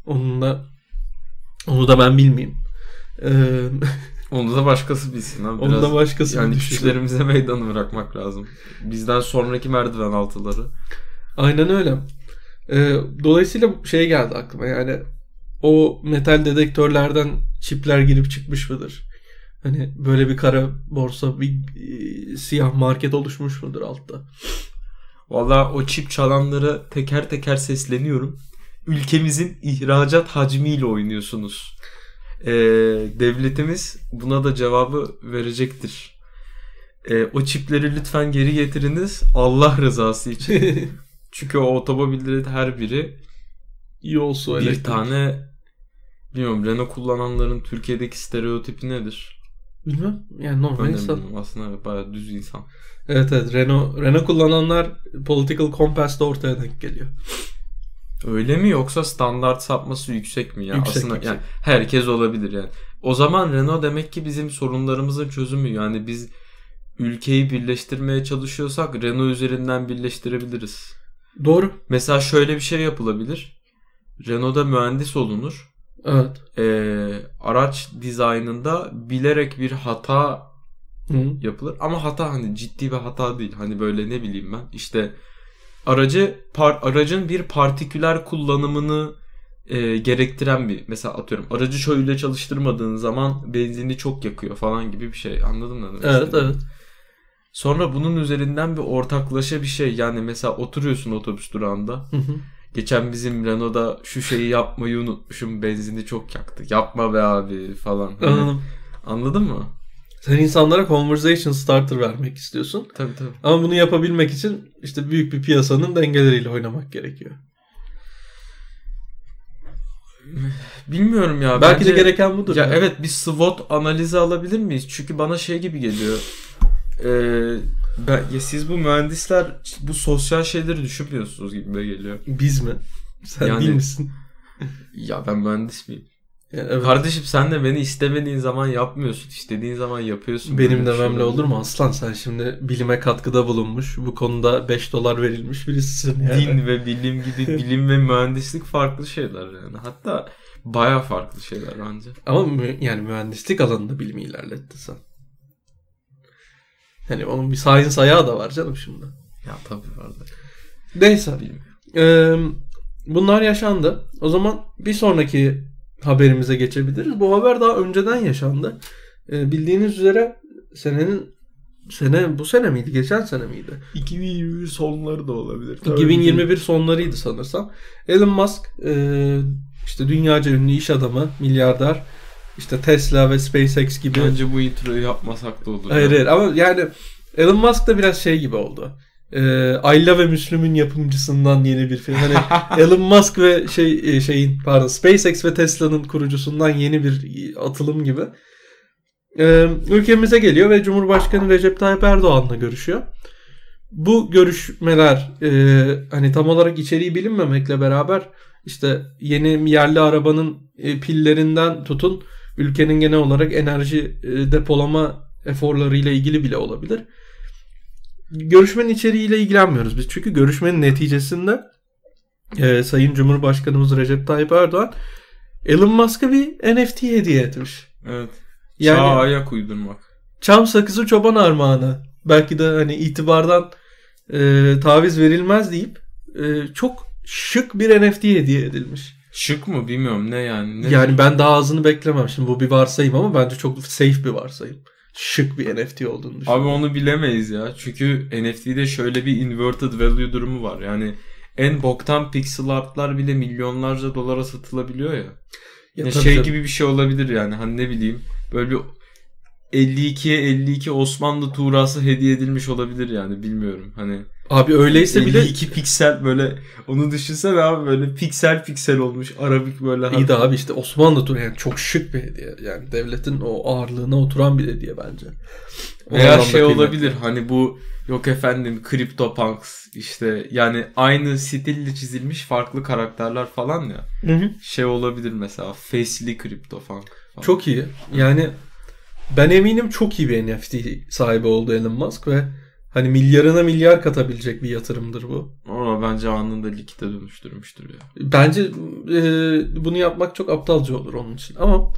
onu da ben bilmeyeyim. Onu da başkası bilsin abi. Onu da başkası yani güçlerimize meydan bırakmak lazım. Bizden sonraki merdiven altıları. Aynen öyle. Dolayısıyla şey geldi aklıma, yani o metal dedektörlerden çipler girip çıkmış mıdır? Hani böyle bir kara borsa, bir siyah market oluşmuş mudur altta? Valla o çip çalanlara teker teker sesleniyorum. Ülkemizin ihracat hacmiyle oynuyorsunuz. Devletimiz buna da cevabı verecektir. O çipleri lütfen geri getiriniz Allah rızası için. Çünkü o otomobillerin her biri olsa bir tane, bilmiyorum, Renault kullananların Türkiye'deki stereotipi nedir? Bilmem. Yani normal insan. Aslında bayağı düz insan. Evet. Renault kullananlar political compass'ta ortaya denk geliyor. Öyle mi, yoksa standart sapması yüksek mi ya? Yüksek. Yani herkes olabilir yani. O zaman Renault demek ki bizim sorunlarımızın çözümü. Yani biz ülkeyi birleştirmeye çalışıyorsak Renault üzerinden birleştirebiliriz. Doğru. Mesela şöyle bir şey yapılabilir. Renault'da mühendis olunur. Evet. Araç dizaynında bilerek bir hata Hı. yapılır. Ama hata hani ciddi bir hata değil. Hani böyle ne bileyim ben. İşte aracın bir partiküler kullanımını gerektiren bir, mesela atıyorum aracı şöyle çalıştırmadığın zaman benzini çok yakıyor falan gibi bir şey. Anladın mı? Evet, evet. Sonra bunun üzerinden bir ortaklaşa bir şey. Yani mesela oturuyorsun otobüs durağında. Hı hı. Geçen bizim Renault'da şu şeyi yapmayı unutmuşum. Benzini çok yaktı. Yapma be abi falan. Anladım. Anladın mı? Sen insanlara conversation starter vermek istiyorsun. Tabii. Ama bunu yapabilmek için işte büyük bir piyasanın dengeleriyle oynamak gerekiyor. Bilmiyorum ya. Belki de gereken budur. Ya ya. evet, bir SWOT analizi alabilir miyiz? Çünkü bana şey gibi geliyor. Siz bu mühendisler bu sosyal şeyleri düşünmüyorsunuz gibi geliyor. Biz mi? Sen Yani- değil misin? Ya ben mühendis miyim? Yani evet. Kardeşim sen de beni istemediğin zaman yapmıyorsun. İstediğin zaman yapıyorsun. Benim Böyle bir şey dememle olabilir. olur mu aslan? Sen şimdi bilime katkıda bulunmuş, bu konuda $5 verilmiş birisisin yani. Din ve bilim gibi, bilim ve mühendislik farklı şeyler yani. Hatta baya farklı şeyler bence. Ama yani mühendislik alanında bilimi ilerletti sen. Hani onun bir science ayağı da var canım şimdi. Ya tabii vardı. Neyse. Bilmiyorum. Bunlar yaşandı. O zaman bir sonraki haberimize geçebiliriz. Bu haber daha önceden yaşandı. Bildiğiniz üzere bu sene miydi? Geçen sene miydi? 2021 sonları da olabilir. 2021 sonlarıydı sanırsam. Elon Musk işte dünyaca ünlü iş adamı, milyarder, işte Tesla ve SpaceX gibi. Bence bu introyu yapmasak da olur. Hayır ama yani Elon Musk da biraz şey gibi oldu. Ayla ve Müslüm'ün yapımcısından yeni bir film. Hani Elon Musk ve SpaceX ve Tesla'nın kurucusundan yeni bir atılım gibi. Ülkemize geliyor ve Cumhurbaşkanı Recep Tayyip Erdoğan'la görüşüyor. Bu görüşmeler hani tam olarak içeriği bilinmemekle beraber işte yeni yerli arabanın pillerinden tutun ülkenin genel olarak enerji depolama eforlarıyla ilgili bile olabilir. Görüşmenin içeriğiyle ilgilenmiyoruz biz. Çünkü görüşmenin neticesinde Sayın Cumhurbaşkanımız Recep Tayyip Erdoğan Elon Musk'a bir NFT hediye etmiş. Evet. Yani, çağa ayak uydurmak. Çam sakızı çoban armağanı. Belki de hani itibardan taviz verilmez deyip çok şık bir NFT hediye edilmiş. Şık mı bilmiyorum ne yani. Ne Yani ben daha azını beklemem. Şimdi bu bir varsayım ama bence çok safe bir varsayım. Şık bir NFT olduğunu düşünüyorum. Abi onu bilemeyiz ya. Çünkü NFT'de şöyle bir inverted value durumu var. Yani en boktan pixel artlar bile milyonlarca dolara satılabiliyor ya. Ya şey canım. gibi bir şey olabilir yani. Hani ne bileyim böyle bir 52'ye 52 Osmanlı tuğrası hediye edilmiş olabilir yani, bilmiyorum. Hani Abi öyleyse bile 52 piksel böyle, onu düşünsene abi, böyle piksel piksel olmuş Arabik böyle. İyi de abi işte Osmanlı turu yani çok şık bir hediye. Yani devletin o ağırlığına oturan bir hediye bence. Veya şey olabilir hani bu, yok efendim CryptoPunks işte, yani aynı stille çizilmiş farklı karakterler falan ya. Hı. Şey olabilir mesela, Face'li CryptoPunk falan. Çok iyi. Yani ben eminim çok iyi bir NFT sahibi oldu Elon Musk ve hani milyarına milyar katabilecek bir yatırımdır bu. Ama bence anında likite dönüştürmüştür ya. Bence bunu yapmak çok aptalca olur onun için. Ama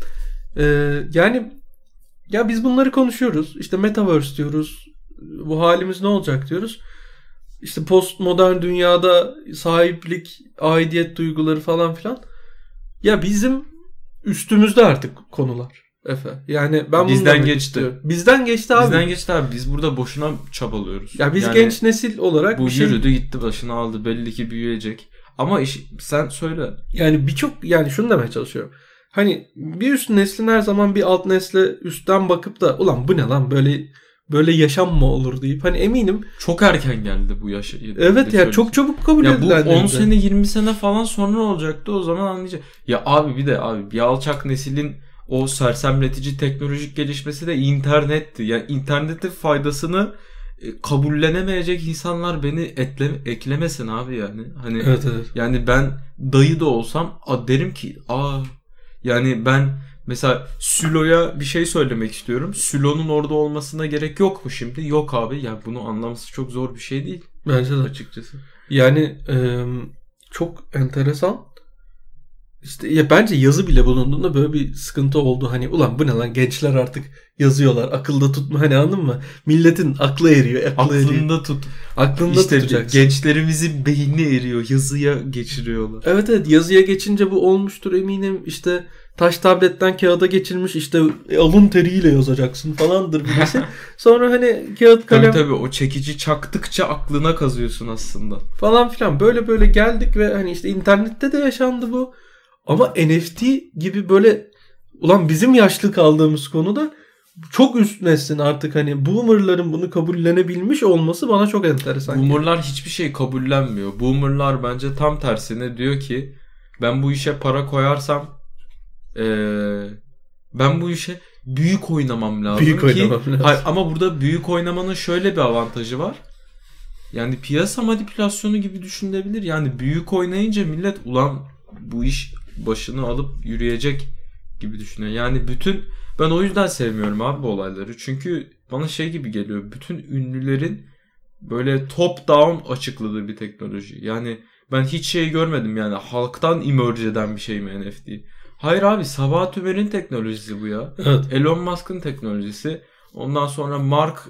yani ya biz bunları konuşuyoruz. İşte Metaverse diyoruz. Bu halimiz ne olacak diyoruz. İşte postmodern dünyada sahiplik, aidiyet duyguları falan filan. Ya bizim üstümüzde artık konular. Efe. Yani ben Bizden geçti. Bizden geçti abi. Bizden geçti abi. Biz burada boşuna çabalıyoruz. Ya biz yani genç nesil olarak bu bir şey... yürüdü gitti başını aldı. Belli ki büyüyecek. Ama sen söyle. Yani yani şunu demeye çalışıyorum. Hani bir üst neslin her zaman bir alt nesle üstten bakıp da ulan bu ne lan böyle yaşam mı olur deyip hani eminim. Çok erken geldi bu yaşa. Evet ya çok çabuk kabul edilen. Bu 10 sene 20 sene falan sonra olacaktı, o zaman anlayacak. Ya abi bir de bir alçak neslin o sersemletici teknolojik gelişmesi de internetti. Yani internetin faydasını kabullenemeyecek insanlar beni eklemesin abi yani. Hani evet. yani ben dayı da olsam derim ki yani Mesela Sülo'ya bir şey söylemek istiyorum. Sülo'nun orada olmasına gerek yok mu şimdi? Yok abi. Yani bunu anlaması çok zor bir şey değil. Bence de. Açıkçası. Yani çok enteresan. İşte ya bence yazı bile bulunduğunda böyle bir sıkıntı oldu. Hani ulan bu ne lan, gençler artık yazıyorlar. Akılda tutma, hani anladın mı? Milletin aklı eriyor. Aklında tut. Aklında İşte tutacaksın. gençlerimizin beyni eriyor. Yazıya geçiriyorlar. Evet, yazıya geçince bu olmuştur eminim. İşte taş tabletten kağıda geçirmiş, işte alın teriyle yazacaksın falandır birisi. Sonra hani kağıt kalem Tabii o çekici çaktıkça aklına kazıyorsun aslında. falan filan, böyle geldik ve hani işte internette de yaşandı bu. Ama NFT gibi böyle ulan bizim yaşlı kaldığımız konuda çok üst neslin artık hani boomerların bunu kabullenebilmiş olması bana çok enteresan. Boomerlar hiçbir şey kabullenmiyor. Boomerlar bence tam tersine diyor ki ben bu işe para koyarsam ben bu işe büyük oynamam lazım. Hayır, ama burada büyük oynamanın şöyle bir avantajı var. Yani piyasa manipülasyonu gibi düşünülebilir. Yani büyük oynayınca millet ulan bu iş başını alıp yürüyecek gibi düşünüyor. Yani ben o yüzden sevmiyorum abi bu olayları. Çünkü bana şey gibi geliyor. Bütün ünlülerin böyle top down açıkladığı bir teknoloji. Yani ben hiç şey görmedim yani halktan emerge eden bir şey mi NFT? Hayır abi, Sabah Tümer'in teknolojisi bu ya. Evet. Elon Musk'ın teknolojisi. Ondan sonra Mark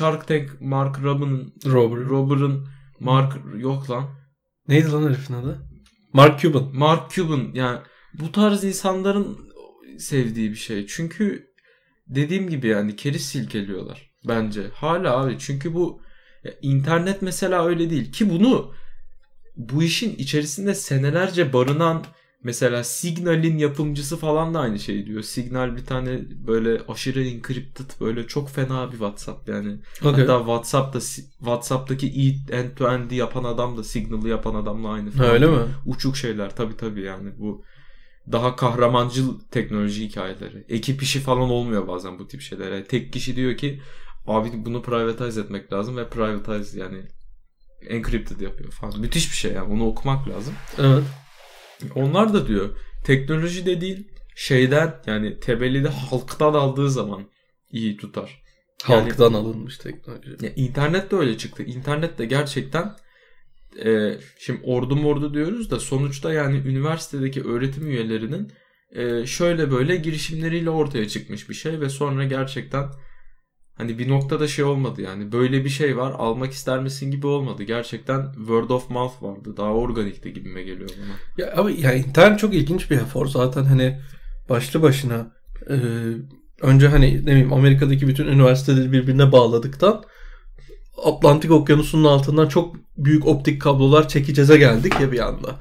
Rober'ın yok lan. Neydi lan herifin adı? Mark Cuban. Yani bu tarz insanların sevdiği bir şey. Çünkü dediğim gibi yani keriz silkeliyorlar bence. Hala abi, çünkü bu internet mesela öyle değil ki bu işin içerisinde senelerce barınan mesela Signal'in yapımcısı falan da aynı şey diyor. Signal bir tane böyle aşırı encrypted böyle çok fena bir WhatsApp yani. Okay. Hatta WhatsApp'taki end-to-end'i yapan adam da Signal'ı yapan adamla aynı falan. Öyle mi? Uçuk şeyler tabii yani bu daha kahramancıl teknoloji hikayeleri. Ekip işi falan olmuyor bazen bu tip şeyler. Yani tek kişi diyor ki abi bunu privatize etmek lazım ve privatize yani encrypted yapıyor falan. Müthiş bir şey yani, onu okumak lazım. Evet. Onlar da diyor teknoloji dediğin şeyden yani tebellide halktan aldığı zaman iyi tutar. Halktan alınmış teknoloji. Ya, internet de öyle çıktı. İnternet de gerçekten şimdi ordu diyoruz da sonuçta yani üniversitedeki öğretim üyelerinin şöyle böyle girişimleriyle ortaya çıkmış bir şey ve sonra gerçekten hani bir noktada şey olmadı yani böyle bir şey var almak ister misin gibi olmadı. Gerçekten word of mouth vardı. Daha organikti gibime geliyor bana. Ya abi ya internet çok ilginç bir efor zaten hani başlı başına önce hani ne bileyim Amerika'daki bütün üniversiteleri birbirine bağladıktan Atlantik Okyanusu'nun altından çok büyük optik kablolar çekeceğize geldik ya bir anda.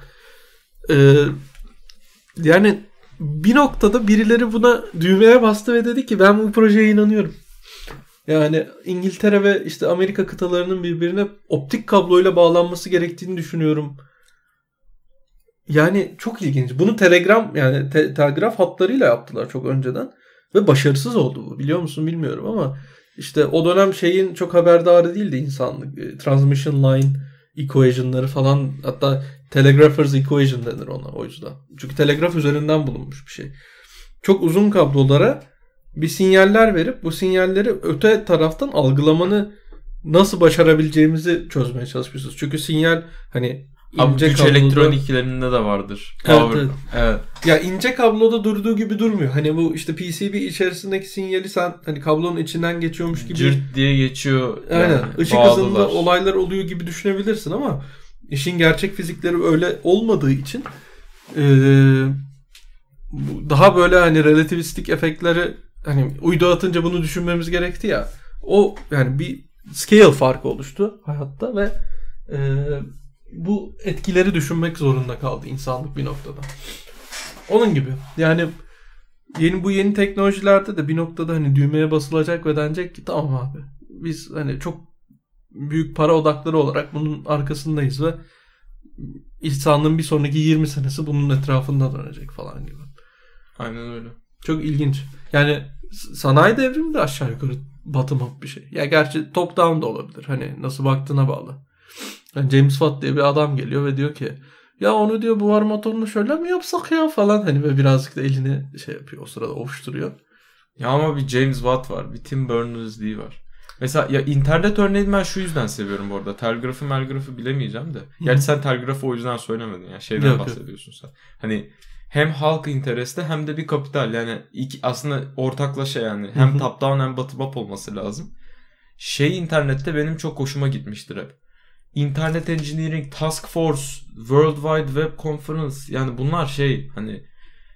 Yani bir noktada birileri buna düğmeye bastı ve dedi ki ben bu projeye inanıyorum. Yani İngiltere ve işte Amerika kıtalarının birbirine optik kabloyla bağlanması gerektiğini düşünüyorum. Yani çok ilginç. Bunu telegram yani telgraf hatlarıyla yaptılar çok önceden ve başarısız oldu bu. Biliyor musun bilmiyorum ama işte o dönem şeyin çok haberdarı değildi insanlık. Transmission line equation'ları falan, hatta telegrapher's equation denir ona o yüzden. Çünkü telegraf üzerinden bulunmuş bir şey. Çok uzun kablolara bir sinyaller verip bu sinyalleri öte taraftan algılamanı nasıl başarabileceğimizi çözmeye çalışmışız. Çünkü sinyal hani ince güç elektroniklerinde de vardır. Evet. Ya ince kabloda durduğu gibi durmuyor. Hani bu işte PCB içerisindeki sinyali sen hani kablonun içinden geçiyormuş gibi cırt diye geçiyor. Aynen. Yani, Işık hızında olaylar oluyor gibi düşünebilirsin ama işin gerçek fizikleri öyle olmadığı için daha böyle hani relativistik efektleri hani uydu atınca bunu düşünmemiz gerekti ya. O yani bir scale farkı oluştu hayatta ve bu etkileri düşünmek zorunda kaldı insanlık bir noktada. Onun gibi. Yani bu yeni teknolojilerde de bir noktada hani düğmeye basılacak ve denecek ki tamam abi biz hani çok büyük para odakları olarak bunun arkasındayız ve insanlığın bir sonraki 20 senesi bunun etrafında dönecek falan gibi. Aynen öyle. Çok ilginç. Yani sanayi devrimi de aşağı yukarı bottom up bir şey. Ya gerçi top down da olabilir. Hani nasıl baktığına bağlı. Yani James Watt diye bir adam geliyor ve diyor ki Ya onu diyor buhar motorunu şöyle mi yapsak ya falan. Hani böyle birazcık da elini şey yapıyor. O sırada ovuşturuyor. Ya ama bir James Watt var. Bir Tim Berners-Lee var. Mesela ya internet örneğini ben şu yüzden seviyorum bu arada. Telgrafı bilemeyeceğim de. Gerçi sen telgrafı o yüzden söylemedin ya. Şeyden Yok, bahsediyorsun sen. Hani hem halk interesti hem de bir kapital. Yani aslında ortaklaşa yani. Hem top down hem bottom up olması lazım. İnternette benim çok hoşuma gitmiştir hep. Internet Engineering Task Force, World Wide Web Conference, yani bunlar hani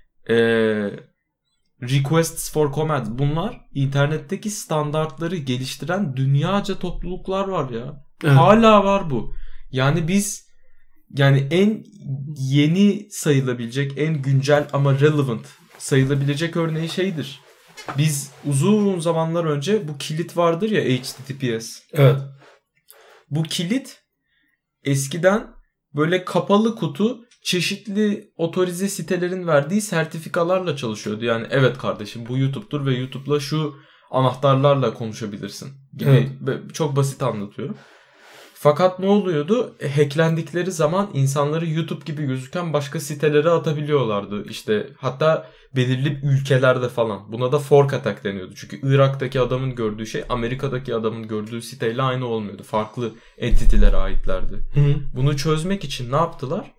Requests for Comment, bunlar internetteki standartları geliştiren dünyaca topluluklar var ya. Evet. Hala var bu. Yani biz en yeni sayılabilecek, en güncel ama relevant sayılabilecek örneği şeydir. Biz uzun zamanlar önce bu kilit vardır ya, HTTPS. Evet. Bu kilit eskiden böyle kapalı kutu çeşitli otorize sitelerin verdiği sertifikalarla çalışıyordu. Yani evet kardeşim bu YouTube'dur ve YouTube'la şu anahtarlarla konuşabilirsin gibi. Evet. Çok basit anlatıyorum. Fakat ne oluyordu? Hacklendikleri zaman insanları YouTube gibi gözüken başka sitelere atabiliyorlardı. İşte hatta belirli ülkelerde falan. Buna da fork attack deniyordu. Çünkü Irak'taki adamın gördüğü şey Amerika'daki adamın gördüğü siteyle aynı olmuyordu. Farklı entitilere aitlerdi. Hı. Bunu çözmek için ne yaptılar?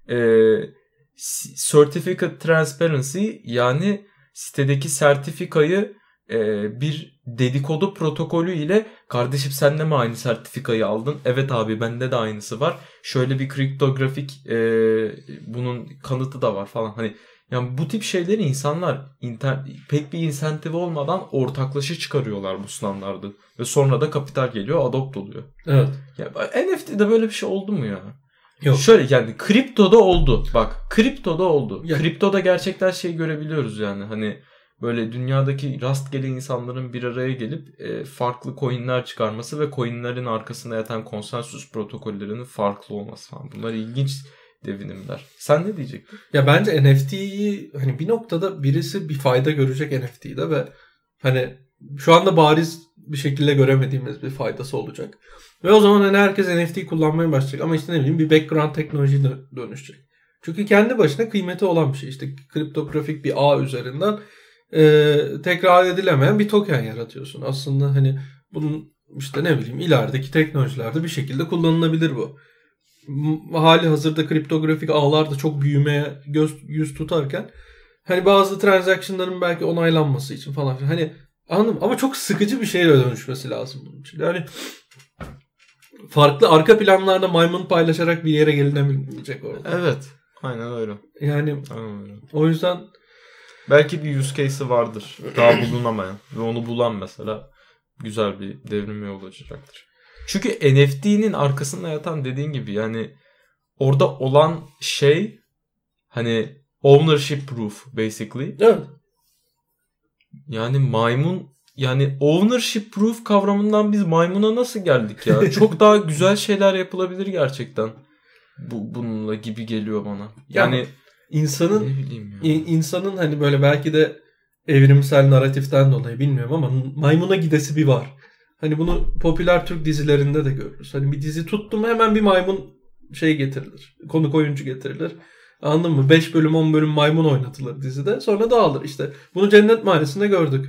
Certificate Transparency, yani sitedeki sertifikayı bir dedikodu protokolü ile, kardeşim sen de mi aynı sertifikayı aldın? Evet abi bende de aynısı var. Şöyle bir kriptografik bunun kanıtı da var falan. Hani yani bu tip şeyleri insanlar pek bir insentif olmadan ortaklaşa çıkarıyorlar bu standardı. Ve sonra da kapital geliyor, adopt oluyor. Evet. Ya NFT'de böyle bir şey oldu mu ya? Yok. Şöyle yani kriptoda oldu. Bak kriptoda oldu. Ya. Kriptoda gerçekten görebiliyoruz yani. Hani böyle dünyadaki rastgele insanların bir araya gelip farklı coinler çıkarması ve coinlerin arkasında yatan konsensus protokollerinin farklı olması falan. Bunlar ilginç devinimler. Sen ne diyecektin? Ya bence NFT'yi hani bir noktada birisi bir fayda görecek NFT'de ve hani şu anda bariz bir şekilde göremediğimiz bir faydası olacak. Ve o zaman hani herkes NFT kullanmaya başlayacak. Ama işte ne bileyim bir background teknoloji dönüşecek. Çünkü kendi başına kıymeti olan bir şey. İşte kriptografik bir ağ üzerinden tekrar edilemeyen bir token yaratıyorsun. Aslında hani bunun işte ne bileyim ilerideki teknolojilerde bir şekilde kullanılabilir bu. Hali hazırda kriptografik ağlar da çok büyümeye yüz tutarken hani bazı transaction'ların belki onaylanması için falan hani anladım ama çok sıkıcı bir şeye dönüşmesi lazım bunun için. Yani farklı arka planlarda maymun paylaşarak bir yere gelinemeyecek orada. Evet. Aynen öyle. Yani aynen. O yüzden belki bir use case'i vardır. Daha bulunamayan. Ve onu bulan mesela güzel bir devrim yolu açacaktır. Çünkü NFT'nin arkasında yatan dediğin gibi yani orada olan şey hani ownership proof basically. Evet. Yani ownership proof kavramından biz maymuna nasıl geldik ya? Çok daha güzel şeyler yapılabilir gerçekten. Bununla gibi geliyor bana. Yani insanın hani böyle belki de evrimsel narratiften dolayı bilmiyorum ama maymuna gidesi bir var. Hani bunu popüler Türk dizilerinde de görürüz. Hani bir dizi tuttum hemen bir maymun getirilir. Konuk oyuncu getirilir. Anladın mı? 5 bölüm 10 bölüm maymun oynatılır dizide. Sonra dağılır. İşte bunu Cennet Mahallesi'nde gördük.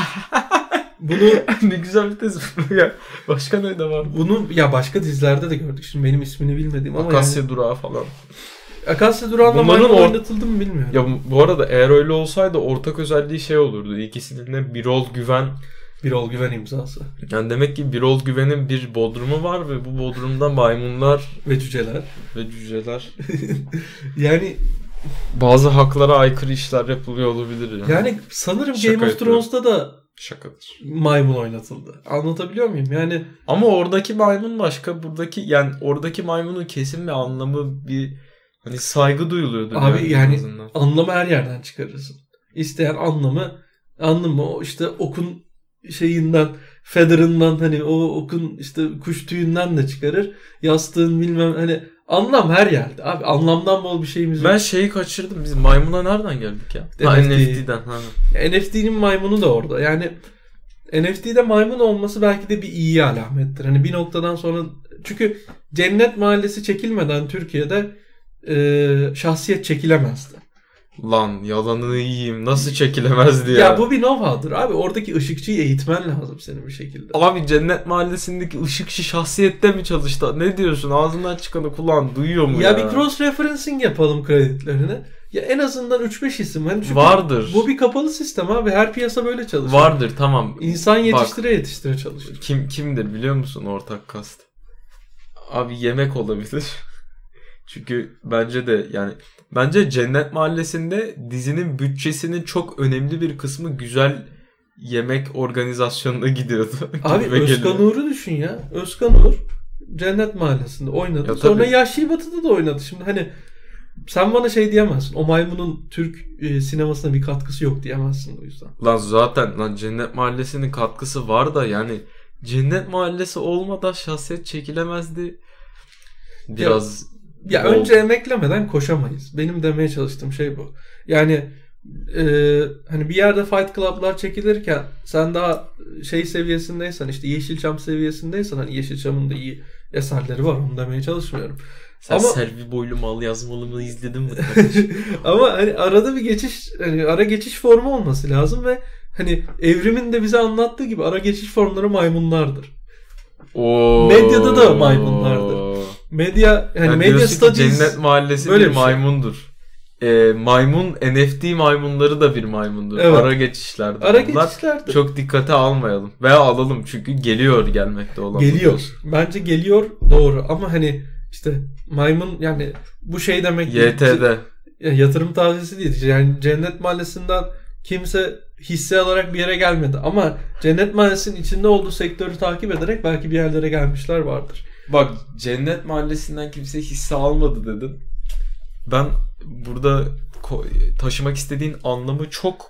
Bunu ne güzel bir tez ya. Başka ne de var? Bunu ya başka dizilerde de gördük. Şimdi benim ismini bilmediğim ama Akasya Durağı falan. Akasya Durağı'nda maymun oynatıldı mı bilmiyorum. Ya bu arada eğer öyle olsaydı ortak özelliği olurdu. İkisinin de Birol Güven imzası. Yani demek ki Birol Güven'in bir bodrumu var ve bu bodrumda maymunlar ve cüceler. Yani bazı haklara aykırı işler yapılıyor olabilir yani. Yani sanırım Game of Thrones'ta da şakadır. Maymun oynatıldı. Anlatabiliyor muyum? Yani ama oradaki maymun başka, buradaki yani oradaki maymunun kesin bir anlamı, bir hani saygı duyuluyordu. Abi yani anlamı her yerden çıkarırsın. İsteyen anlamı o işte okun feather'ından hani o okun işte kuş tüyünden de çıkarır. Yastığın bilmem hani anlam her yerde. Abi anlamdan bol bir şeyimiz yok. Ben kaçırdım. Biz maymuna nereden geldik ya? NFT'den. NFT'nin maymunu da orada. Yani NFT'de maymun olması belki de bir iyi alamettir. Hani bir noktadan sonra çünkü Cennet Mahallesi çekilmeden Türkiye'de şahsiyet çekilemezdi. Lan yalanını yiyeyim. Nasıl çekilemezdi ya? Ya bu bir know-how'dır abi. Oradaki ışıkçıyı eğitmen lazım senin bir şekilde. Abi Cennet Mahallesi'ndeki ışıkçı şahsiyette mi çalıştı? Ne diyorsun? Ağzından çıkanı kulağın duyuyor mu ya? Ya bir cross referencing yapalım kredilerini. Ya en azından 3-5 isim. Hani çünkü vardır. Bu bir kapalı sistem abi. Her piyasa böyle çalışıyor. Vardır tamam. İnsan yetiştire çalışır. Kimdir biliyor musun ortak kast? Abi yemek olabilir. Çünkü bence Cennet Mahallesi'nde dizinin bütçesinin çok önemli bir kısmı güzel yemek organizasyonuna gidiyordu. Abi Özkan Uğur'u düşün ya. Özkan Uğur Cennet Mahallesi'nde oynadı. Ya sonra tabii. Yahşi Batı'da da oynadı. Şimdi hani sen bana şey diyemezsin. O maymunun Türk sinemasına bir katkısı yok diyemezsin o yüzden. Lan zaten Cennet Mahallesi'nin katkısı var da yani Cennet Mahallesi olmadan şahsiyet çekilemezdi. Biraz ya önce emeklemeden koşamayız. Benim demeye çalıştığım şey bu. Yani hani bir yerde Fight Club'lar çekilirken sen daha şey seviyesindeysen işte Yeşilçam seviyesindeysen hani Yeşilçam'ın da iyi eserleri var onu demeye çalışmıyorum. sen ama Selvi Boylu Mal yazmalımı izledin mi? ama hani arada bir geçiş hani ara geçiş formu olması lazım ve hani Evrim'in de bize anlattığı gibi ara geçiş formları maymunlardır. Medyada da maymunlardır. Medya yani medya studies Cennet Mahallesi böyle bir maymundur. Maymun NFT maymunları da bir maymundur. Evet. Ara geçişlerdir. Ara Bunlar geçişlerdir. çok dikkate almayalım. Veya alalım çünkü geliyor gelmekte olan. Geliyor. Bence geliyor doğru ama hani işte maymun yani bu şey demek değil. YT'de. Yatırım tavsiyesi değil. Yani Cennet Mahallesi'nden kimse hisse alarak bir yere gelmedi. Ama Cennet Mahallesi'nin içinde olduğu sektörü takip ederek belki bir yerlere gelmişler vardır. Bak Cennet Mahallesi'nden kimse hisse almadı dedin. Ben burada taşımak istediğin anlamı çok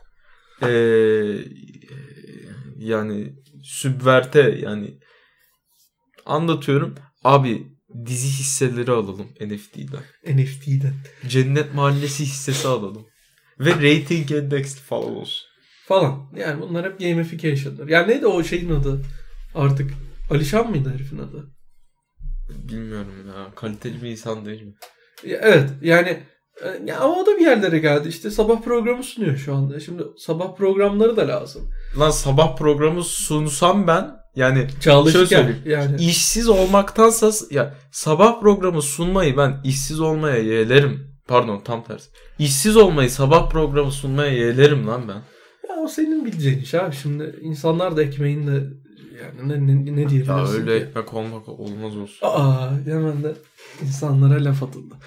yani sübverte yani anlatıyorum. Abi dizi hisseleri alalım NFT'den. Cennet Mahallesi hissesi alalım. Ve rating endeksli falan olsun. Falan. Yani bunlar hep gamification'dır. Yani neydi o şeyin adı? Artık Alişan mıydı herifin adı? Bilmiyorum ya. Kaliteli bir insan değil mi? Evet. Yani ya ama o da bir yerlere geldi. İşte sabah programı sunuyor şu anda. Şimdi sabah programları da lazım. Lan sabah programı sunsam ben yani Çalışırken şöyle söyleyeyim. yani. İşsiz olmaktansa ya sabah programı sunmayı ben işsiz olmaya yeğlerim. Pardon tam tersi. İşsiz olmayı sabah programı sunmaya yeğlerim lan ben. Ya o senin bileceğin iş abi. Şimdi insanlar da ekmeğinle yani ne diyebilirsin Ya öyle ki? ekmek olmaz olsun. Hemen de insanlara laf atıldı.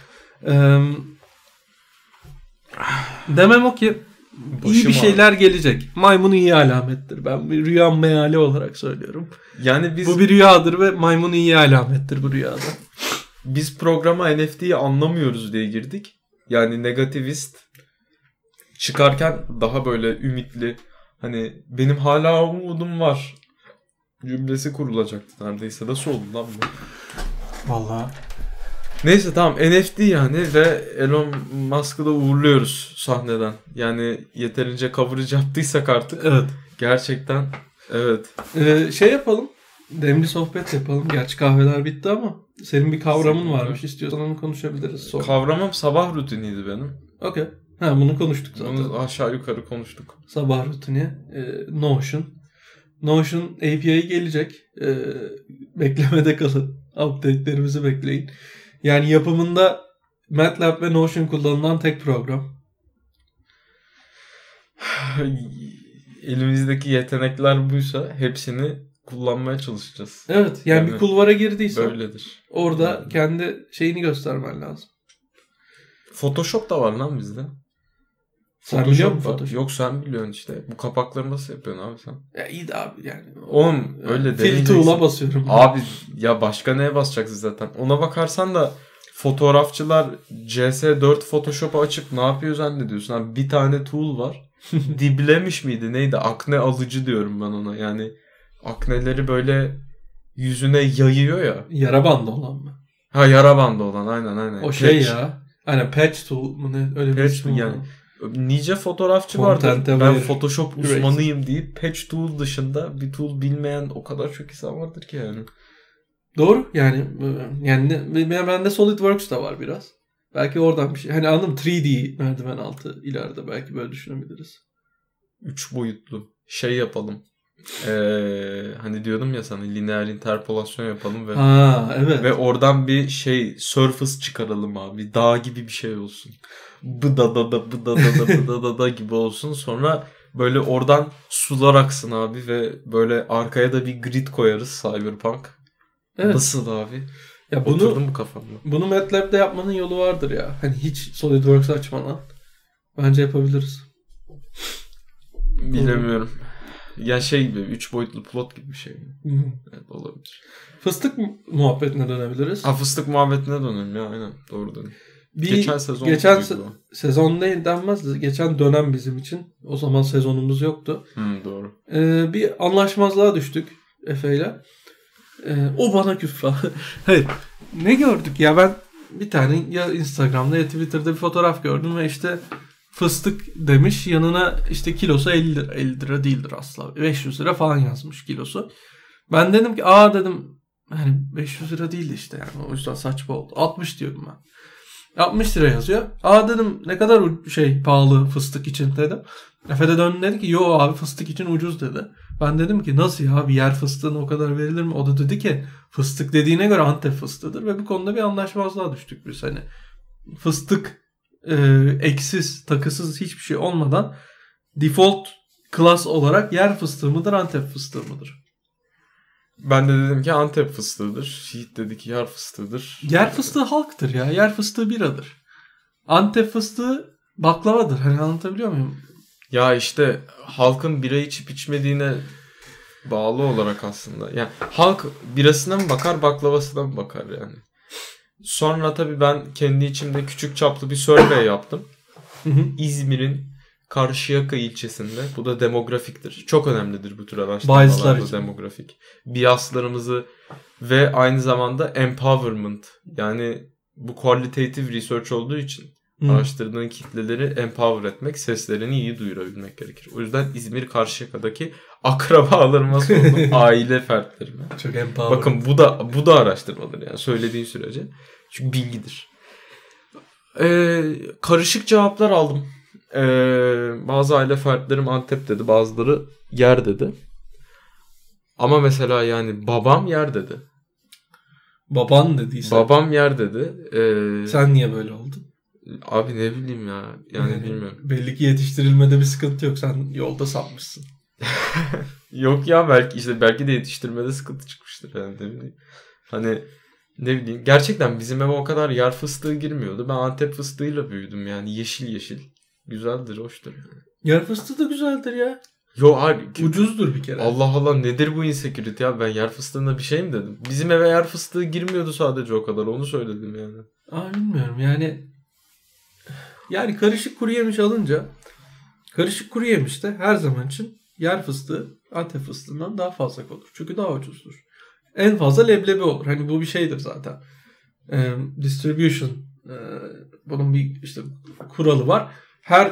Demem o ki iyi bir şeyler gelecek. Maymun iyi alamettir. Ben bir rüya meali olarak söylüyorum. Yani Bu bir rüyadır ve maymun iyi alamettir bu rüyada. Biz programa NFT'yi anlamıyoruz diye girdik. Yani negativist çıkarken daha böyle ümitli hani benim hala umudum var cümlesi kurulacaktı neredeyse. Nasıl oldu lan bu? Vallahi. Neyse tamam NFT yani ve Elon Musk'ı da uğurluyoruz sahneden. Yani yeterince coverage yaptıysak artık. Evet. Gerçekten evet. Şey yapalım. Demli sohbet yapalım. Gerçi kahveler bitti ama senin bir kavramın varmış. İstiyorsan onu konuşabiliriz sonra. Kavramım sabah rutiniydi benim. Okey. Bunu konuştuk zaten. Bunu aşağı yukarı konuştuk. Sabah rutini. Notion. Notion API gelecek. Beklemede kalın. Update'lerimizi bekleyin. Yani yapımında MATLAB ve Notion kullanılan tek program. Elimizdeki yetenekler buysa hepsini kullanmaya çalışacağız. Evet. Yani bir kulvara girdiysen böyledir. orada Yani. kendi şeyini göstermen lazım. Photoshop da var lan bizde. Sen biliyor musun Photoshop? Yok sen biliyorsun işte. Bu kapakları nasıl yapıyorsun abi sen? Ya iyi de abi yani. Oğlum öyle Fill tool'a basıyorum. Abi ya başka neye basacaksın zaten? Ona bakarsan da fotoğrafçılar CS4 Photoshop'u açıp ne yapıyor zannediyorsun? Abi bir tane tool var. Diblemiş miydi neydi? Akne alıcı diyorum ben ona. Yani akneleri böyle yüzüne yayıyor ya. Yara bandı olan mı? Ha yara bandı olan aynen. O şey ya. Hani patch tool mu ne? Öyle bir patch yani. Nice fotoğrafçı vardır. Ben Photoshop uzmanıyım deyip patch tool dışında bir tool bilmeyen o kadar çok insan vardır ki yani. Doğru. Yani bende SolidWorks da var biraz. Belki oradan bir şey. Hani anladım, 3D merdiven altı ileride belki böyle düşünebiliriz. 3 boyutlu şey yapalım. Hani diyordum ya sana, lineer interpolasyon yapalım ve Evet. ve oradan bir şey surface çıkaralım abi. Dağ gibi bir şey olsun. Bıdadada gibi olsun. Sonra böyle oradan sular aksın abi ve böyle arkaya da bir grid koyarız, Cyberpunk. Evet. Nasıl abi? Ya Oturdum bu kafamda. Bunu MATLAB'de yapmanın yolu vardır ya. Hani hiç SolidWorks açmadan. Bence yapabiliriz. Bilemiyorum. Ya şey gibi 3 boyutlu plot gibi bir şey mi? Evet, olabilir. Fıstık muhabbetine dönebiliriz. Fıstık muhabbetine dönelim ya, aynen. Doğru dedin. Geçen sezon değil denmez. Geçen dönem bizim için. O zaman sezonumuz yoktu. Doğru. Bir anlaşmazlığa düştük Efe'yle. O bana küf falan. Hayır. Ne gördük ya, ben bir tane ya Instagram'da ya Twitter'da bir fotoğraf gördüm ve işte fıstık demiş, yanına işte kilosu 50 lira. 50 lira değildir asla. 500 lira falan yazmış kilosu. Ben dedim ki dedim hani 500 lira değildi işte yani, o yüzden saçma oldu. 60 diyordum ben. 60 lira yazıyor. Dedim ne kadar pahalı fıstık için dedim. Efe de döndü dedi ki yo abi fıstık için ucuz dedi. Ben dedim ki nasıl ya, bir yer fıstığına o kadar verilir mi? O da dedi ki fıstık dediğine göre Antep fıstığıdır ve bu konuda bir anlaşmazlığa düştük biz. Hani fıstık eksiz, takısız hiçbir şey olmadan default class olarak yer fıstığı mıdır, Antep fıstığı mıdır? Ben de dedim ki Antep fıstığıdır. Şehit dedi ki yer fıstığıdır. Yer fıstığı halktır ya. Yer fıstığı biradır. Antep fıstığı baklavadır. Hani anlatabiliyor muyum? Ya işte halkın bira içip içmediğine bağlı olarak aslında. Yani halk birasına mı bakar, baklavasına mı bakar yani. Sonra tabii ben kendi içimde küçük çaplı bir survey yaptım. İzmir'in Karşıyaka ilçesinde. Bu da demografiktir. Çok önemlidir bu tür araştırmalarda demografik. Biaslarımızı ve aynı zamanda empowerment. Yani bu qualitative research olduğu için araştırdığın kitleleri empower etmek, seslerini iyi duyurabilmek gerekir. O yüzden İzmir Karşıyaka'daki akrabalarıma sordum, aile fertlerime. Çok empower. Bakın bu da araştırmadır yani, söylediğin sürece. Çünkü bilgidir. Karışık cevaplar aldım. Bazı aile fertlerim Antep dedi, bazıları yer dedi. Ama mesela yani babam yer dedi. Baban dediyse. Babam yer dedi. Sen niye böyle oldun? Abi ne bileyim ya. Yani bilmiyorum. Belli ki yetiştirilmede bir sıkıntı yok. Sen yolda sapmışsın. Yok ya, belki de yetiştirmede sıkıntı çıkmıştır yani, ne bileyim. Hani ne bileyim. Gerçekten bizim eve o kadar yer fıstığı girmiyordu. Ben Antep fıstığıyla büyüdüm yani, yeşil yeşil. Güzeldir, hoştur. Yer fıstığı da güzeldir ya. Yo abi. Ucuzdur bir kere. Allah Allah, nedir bu insecurity ya? Ben yer fıstığına bir şey mi dedim? Bizim eve yer fıstığı girmiyordu sadece, o kadar. Onu söyledim yani. Bilmiyorum yani karışık kuru yemiş alınca, karışık kuru yemişte her zaman için yer fıstığı Antep fıstığından daha fazla olur. Çünkü daha ucuzdur. En fazla leblebi olur. Hani bu bir şeydir zaten. Distribution. Bunun bir işte kuralı var. Her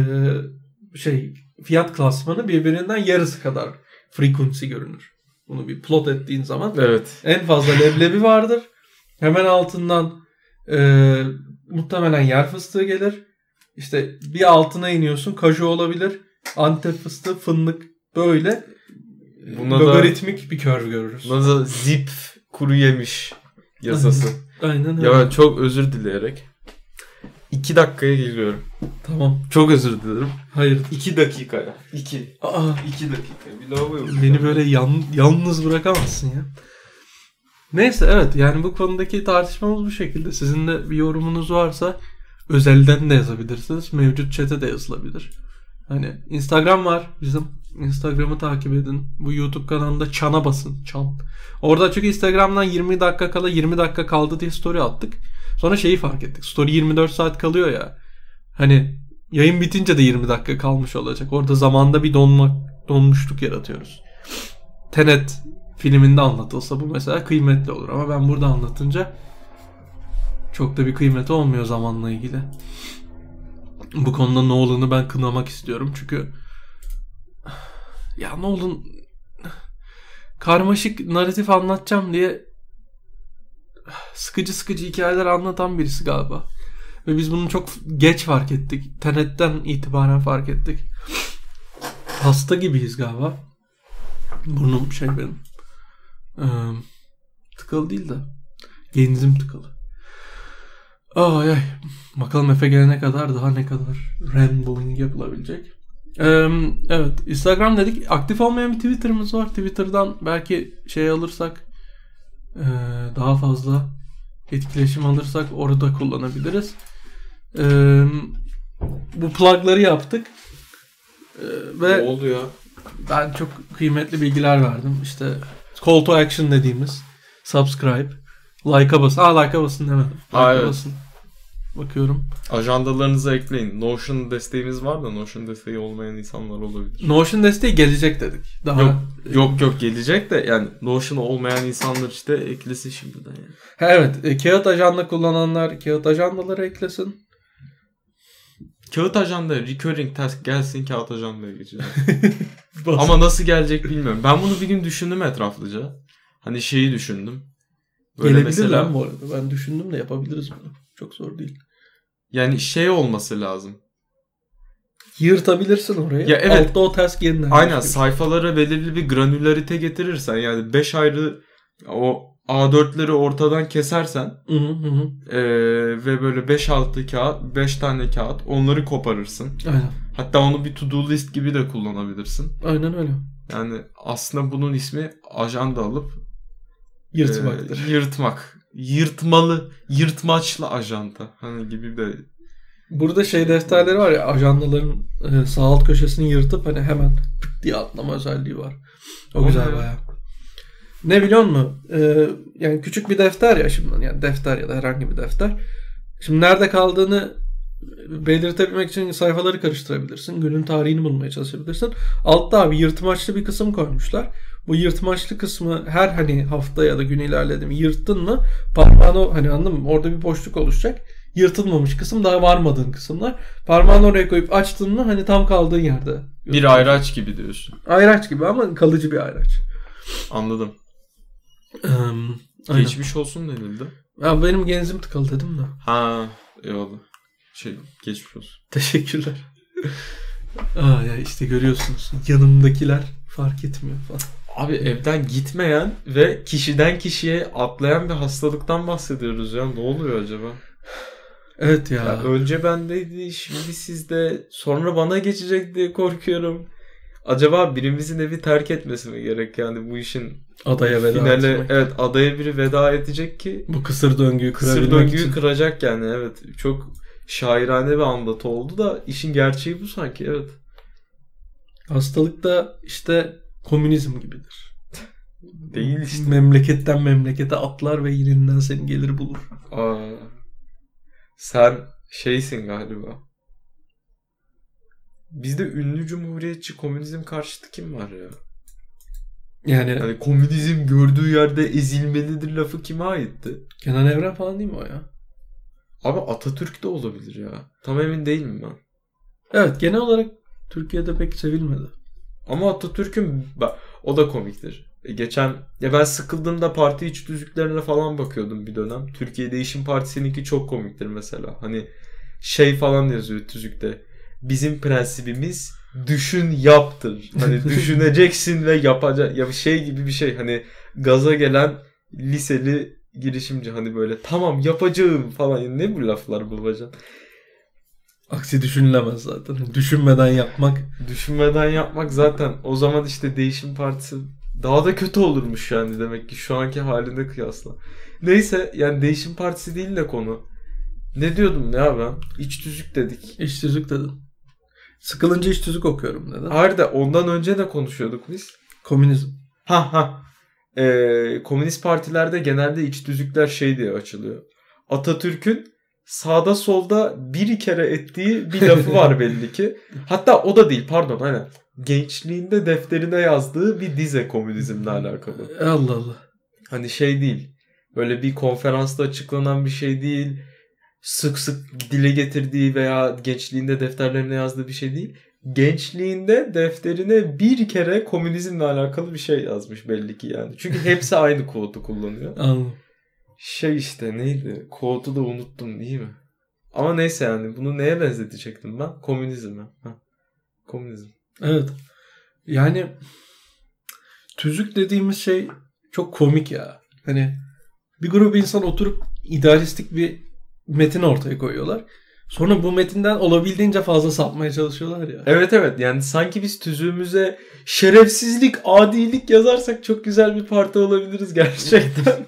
fiyat klasmanı birbirinden yarısı kadar frequency görünür. Bunu bir plot ettiğin zaman evet. En fazla leblebi vardır. Hemen altından muhtemelen yer fıstığı gelir. İşte bir altına iniyorsun, kaju olabilir. Antep fıstığı, fındık, böyle logaritmik bir curve görürüz. Buna da zip kuru yemiş yasası. Aynen öyle. Ya ben çok özür dileyerek 2 dakikaya geliyorum. Tamam. Çok özür dilerim. Hayır. 2 dakikaya. 2 dakika. Bir lavaboya bakıyorum. Beni böyle yalnız bırakamazsın ya. Neyse, evet, yani bu konudaki tartışmamız bu şekilde. Sizin de bir yorumunuz varsa özelden de yazabilirsiniz. Mevcut chat'e de yazılabilir. Hani Instagram var bizim. Instagram'ı takip edin. Bu YouTube kanalında çana basın. Çan. Orada çünkü Instagram'dan 20 dakika kala 20 dakika kaldı diye story attık. Sonra şeyi fark ettik. Story 24 saat kalıyor ya. Hani yayın bitince de 20 dakika kalmış olacak. Orada zamanda bir donmuşluk yaratıyoruz. Tenet filminde anlatılsa bu mesela kıymetli olur. Ama ben burada anlatınca çok da bir kıymeti olmuyor zamanla ilgili. Bu konuda Nolan'ı ben kınamak istiyorum. Çünkü ya Nolan karmaşık narratif anlatacağım diye sıkıcı hikayeler anlatan birisi galiba. Ve biz bunu çok geç fark ettik. Tenet'ten itibaren fark ettik. Hasta gibiyiz galiba. Burnum benim. Tıkalı değil de genzim tıkalı. Ay ay. Bakalım Efe gelene kadar daha ne kadar rambling yapılabilecek. Evet. Instagram dedik. Aktif olmayan bir Twitter'ımız var. Twitter'dan belki alırsak daha fazla etkileşim alırsak orada kullanabiliriz. Bu plugları yaptık. Ve ne oldu ya? Ben çok kıymetli bilgiler verdim. İşte call to action dediğimiz subscribe, like'a basın. Like'a basın demedim. Like'a evet. basın. Bakıyorum. Ajandalarınıza ekleyin. Notion desteğimiz var da Notion desteği olmayan insanlar olabilir. Notion desteği gelecek dedik. Daha Yok gelecek de yani Notion olmayan insanlar işte eklesin şimdiden yani. Evet, kağıt ajanda kullananlar kağıt ajandaları eklesin. Kağıt ajanda recurring task gelsin, kağıt ajandaya geçeceğim. Ama nasıl gelecek bilmiyorum. Ben bunu bir gün düşündüm etraflıca. Hani şeyi düşündüm. Böyle gelebilir mesela, lan bu arada. Ben düşündüm de yapabiliriz bunu. Çok zor değil. Yani olması lazım. Yırtabilirsin orayı. Ya evet. Altta o task yeniden. Aynen, sayfalara belirli bir granülarite getirirsen yani 5 ayrı o A4'leri ortadan kesersen ve böyle 5-6 kağıt, 5 tane kağıt onları koparırsın. Aynen. Hatta onu bir to-do list gibi de kullanabilirsin. Aynen öyle. Yani aslında bunun ismi ajanda alıp yırtmaktır. Yırtmak. Yırtmalı, yırtmaçlı ajanda. Hani gibi de. Burada defterleri var ya, ajandaların sağ alt köşesini yırtıp hani hemen pıt diye atlama özelliği var. O güzel bayağı. Ne biliyor musun? Yani küçük bir defter ya şimdi. Yani defter ya da herhangi bir defter. Şimdi nerede kaldığını belirtebilmek için sayfaları karıştırabilirsin. Günün tarihini bulmaya çalışabilirsin. Altta abi yırtmaçlı bir kısım koymuşlar. Bu yırtmaçlı kısmı her hani hafta ya da gün ilerledi mi yırttın mı parmağını hani anladın mı? Orada bir boşluk oluşacak. Yırtılmamış kısım, daha varmadığın kısımlar. Parmağını oraya koyup açtın mı hani tam kaldığın yerde. Bir ayraç gibi diyorsun. Ayraç gibi ama kalıcı bir ayraç. Anladım. Geçmiş olsun denildi. Ya benim genzim tıkalı dedim de. Ha, eyvallah. Geçmiş olsun. Teşekkürler. Ya işte görüyorsunuz. Yanımdakiler fark etmiyor falan. Abi evden gitmeyen ve kişiden kişiye atlayan bir hastalıktan bahsediyoruz ya. Ne oluyor acaba? Evet ya. Önce bendeydi, şimdi sizde, sonra bana geçecek diye korkuyorum. Acaba birimizin evi terk etmesi mi gerek yani bu işin adaya veda finale etmek. Evet, adaya biri veda edecek ki bu kısır döngüyü için. Kıracak yani, evet. Çok şairane bir anlatı oldu da işin gerçeği bu sanki, evet. Hastalık da işte komünizm gibidir. Değil işte. Memleketten memlekete atlar ve yerinden seni gelir bulur. Sen şeysin galiba. Bizde ünlü cumhuriyetçi komünizm karşıtı kim var ya? Yani hani komünizm gördüğü yerde ezilmelidir lafı kime aitti? Kenan Evren falan değil mi o ya? Abi Atatürk de olabilir ya. Tam emin değilim ben. Evet, genel olarak Türkiye'de pek sevilmedi. Ama Atatürk'ün o da komiktir. Geçen ben sıkıldığımda parti iç tüzüklerine falan bakıyordum bir dönem. Türkiye Değişim Partisi'ninki çok komiktir mesela. Hani falan yazıyor tüzükte. Bizim prensibimiz düşün yaptır. Hani düşüneceksin ve yapacak ya gibi bir şey. Hani gaza gelen liseli girişimci hani böyle tamam yapacağım falan. Yani ne bu laflar babacan? Aksi düşünülemez zaten. Düşünmeden yapmak. Düşünmeden yapmak zaten. O zaman işte Değişim Partisi daha da kötü olurmuş yani demek ki şu anki haline kıyasla. Neyse yani Değişim Partisi değil de konu. Ne diyordum ya ben? İç tüzük dedik. İç tüzük dedin. Sıkılınca iç tüzük okuyorum dedin. Hayır da ondan önce de konuşuyorduk biz. Komünizm. Komünist partilerde genelde iç tüzükler diye açılıyor. Atatürk'ün sağda solda bir kere ettiği bir lafı var belli ki. Hatta o da değil, pardon, aynen. Gençliğinde defterine yazdığı bir dize komünizmle alakalı. Allah Allah. Hani değil. Böyle bir konferansta açıklanan bir şey değil. Sık sık dile getirdiği veya gençliğinde defterlerine yazdığı bir şey değil. Gençliğinde defterine bir kere komünizmle alakalı bir şey yazmış belli ki yani. Çünkü hepsi aynı quote'u kullanıyor. Anladım. İşte neydi? Quote'u da unuttum değil mi? Ama neyse yani bunu neye benzetecektim ben? Komünizme. Komünizm. Evet. Yani tüzük dediğimiz şey çok komik ya. Hani bir grup insan oturup idealistik bir metin ortaya koyuyorlar. Sonra bu metinden olabildiğince fazla sapmaya çalışıyorlar ya. Evet yani sanki biz tüzüğümüze şerefsizlik, adilik yazarsak çok güzel bir parti olabiliriz gerçekten.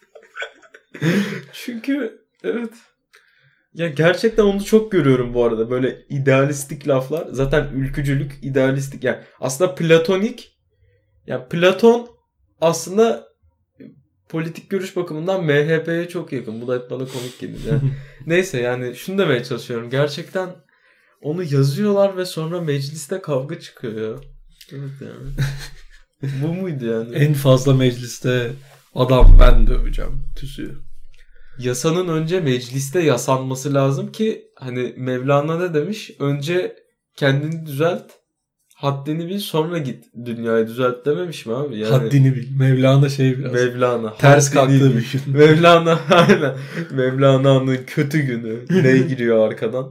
Çünkü evet. Ya gerçekten onu çok görüyorum bu arada. Böyle idealistik laflar. Zaten ülkücülük, idealistik. Yani aslında platonik. Yani Platon aslında politik görüş bakımından MHP'ye çok yakın. Bu da hep bana komik gelir. Yani. Neyse yani şunu demeye çalışıyorum. Gerçekten onu yazıyorlar ve sonra mecliste kavga çıkıyor ya. Evet yani. Bu muydu yani? En fazla mecliste adam ben döveceğim tüzüğü. Yasanın önce mecliste yasanması lazım ki hani Mevlana ne demiş? Önce kendini düzelt, haddini bil, sonra git dünyayı düzelt dememiş mi abi? Yani Haddini bil. Mevlana şey biraz. Mevlana. Ters haddini kalktığı bil. bir gün. Mevlana aynen. Mevlana'nın kötü günü. Ne giriyor arkadan?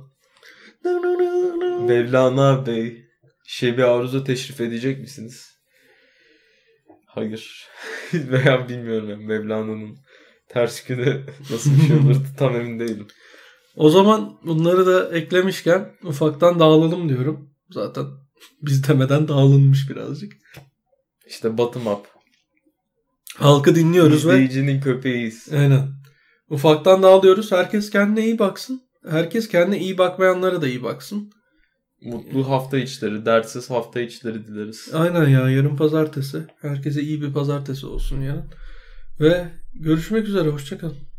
Mevlana Bey, Şebi Aruz'a teşrif edecek misiniz? Hayır. Veya bilmiyorum yani Mevlana'nın ters günü nasıl bir şey olurdu tam emin değilim. O zaman bunları da eklemişken ufaktan dağılalım diyorum. Zaten biz demeden dağılınmış birazcık. İşte bottom up. Halkı dinliyoruz ve İzleyicinin köpeğiyiz. aynen. Ufaktan dağılıyoruz. Herkes kendine iyi baksın. Herkes kendine iyi bakmayanlara da iyi baksın. Mutlu hafta içleri, dertsiz hafta içleri dileriz. Aynen ya, yarın pazartesi. Herkese iyi bir pazartesi olsun ya. Ve görüşmek üzere. Hoşça kalın.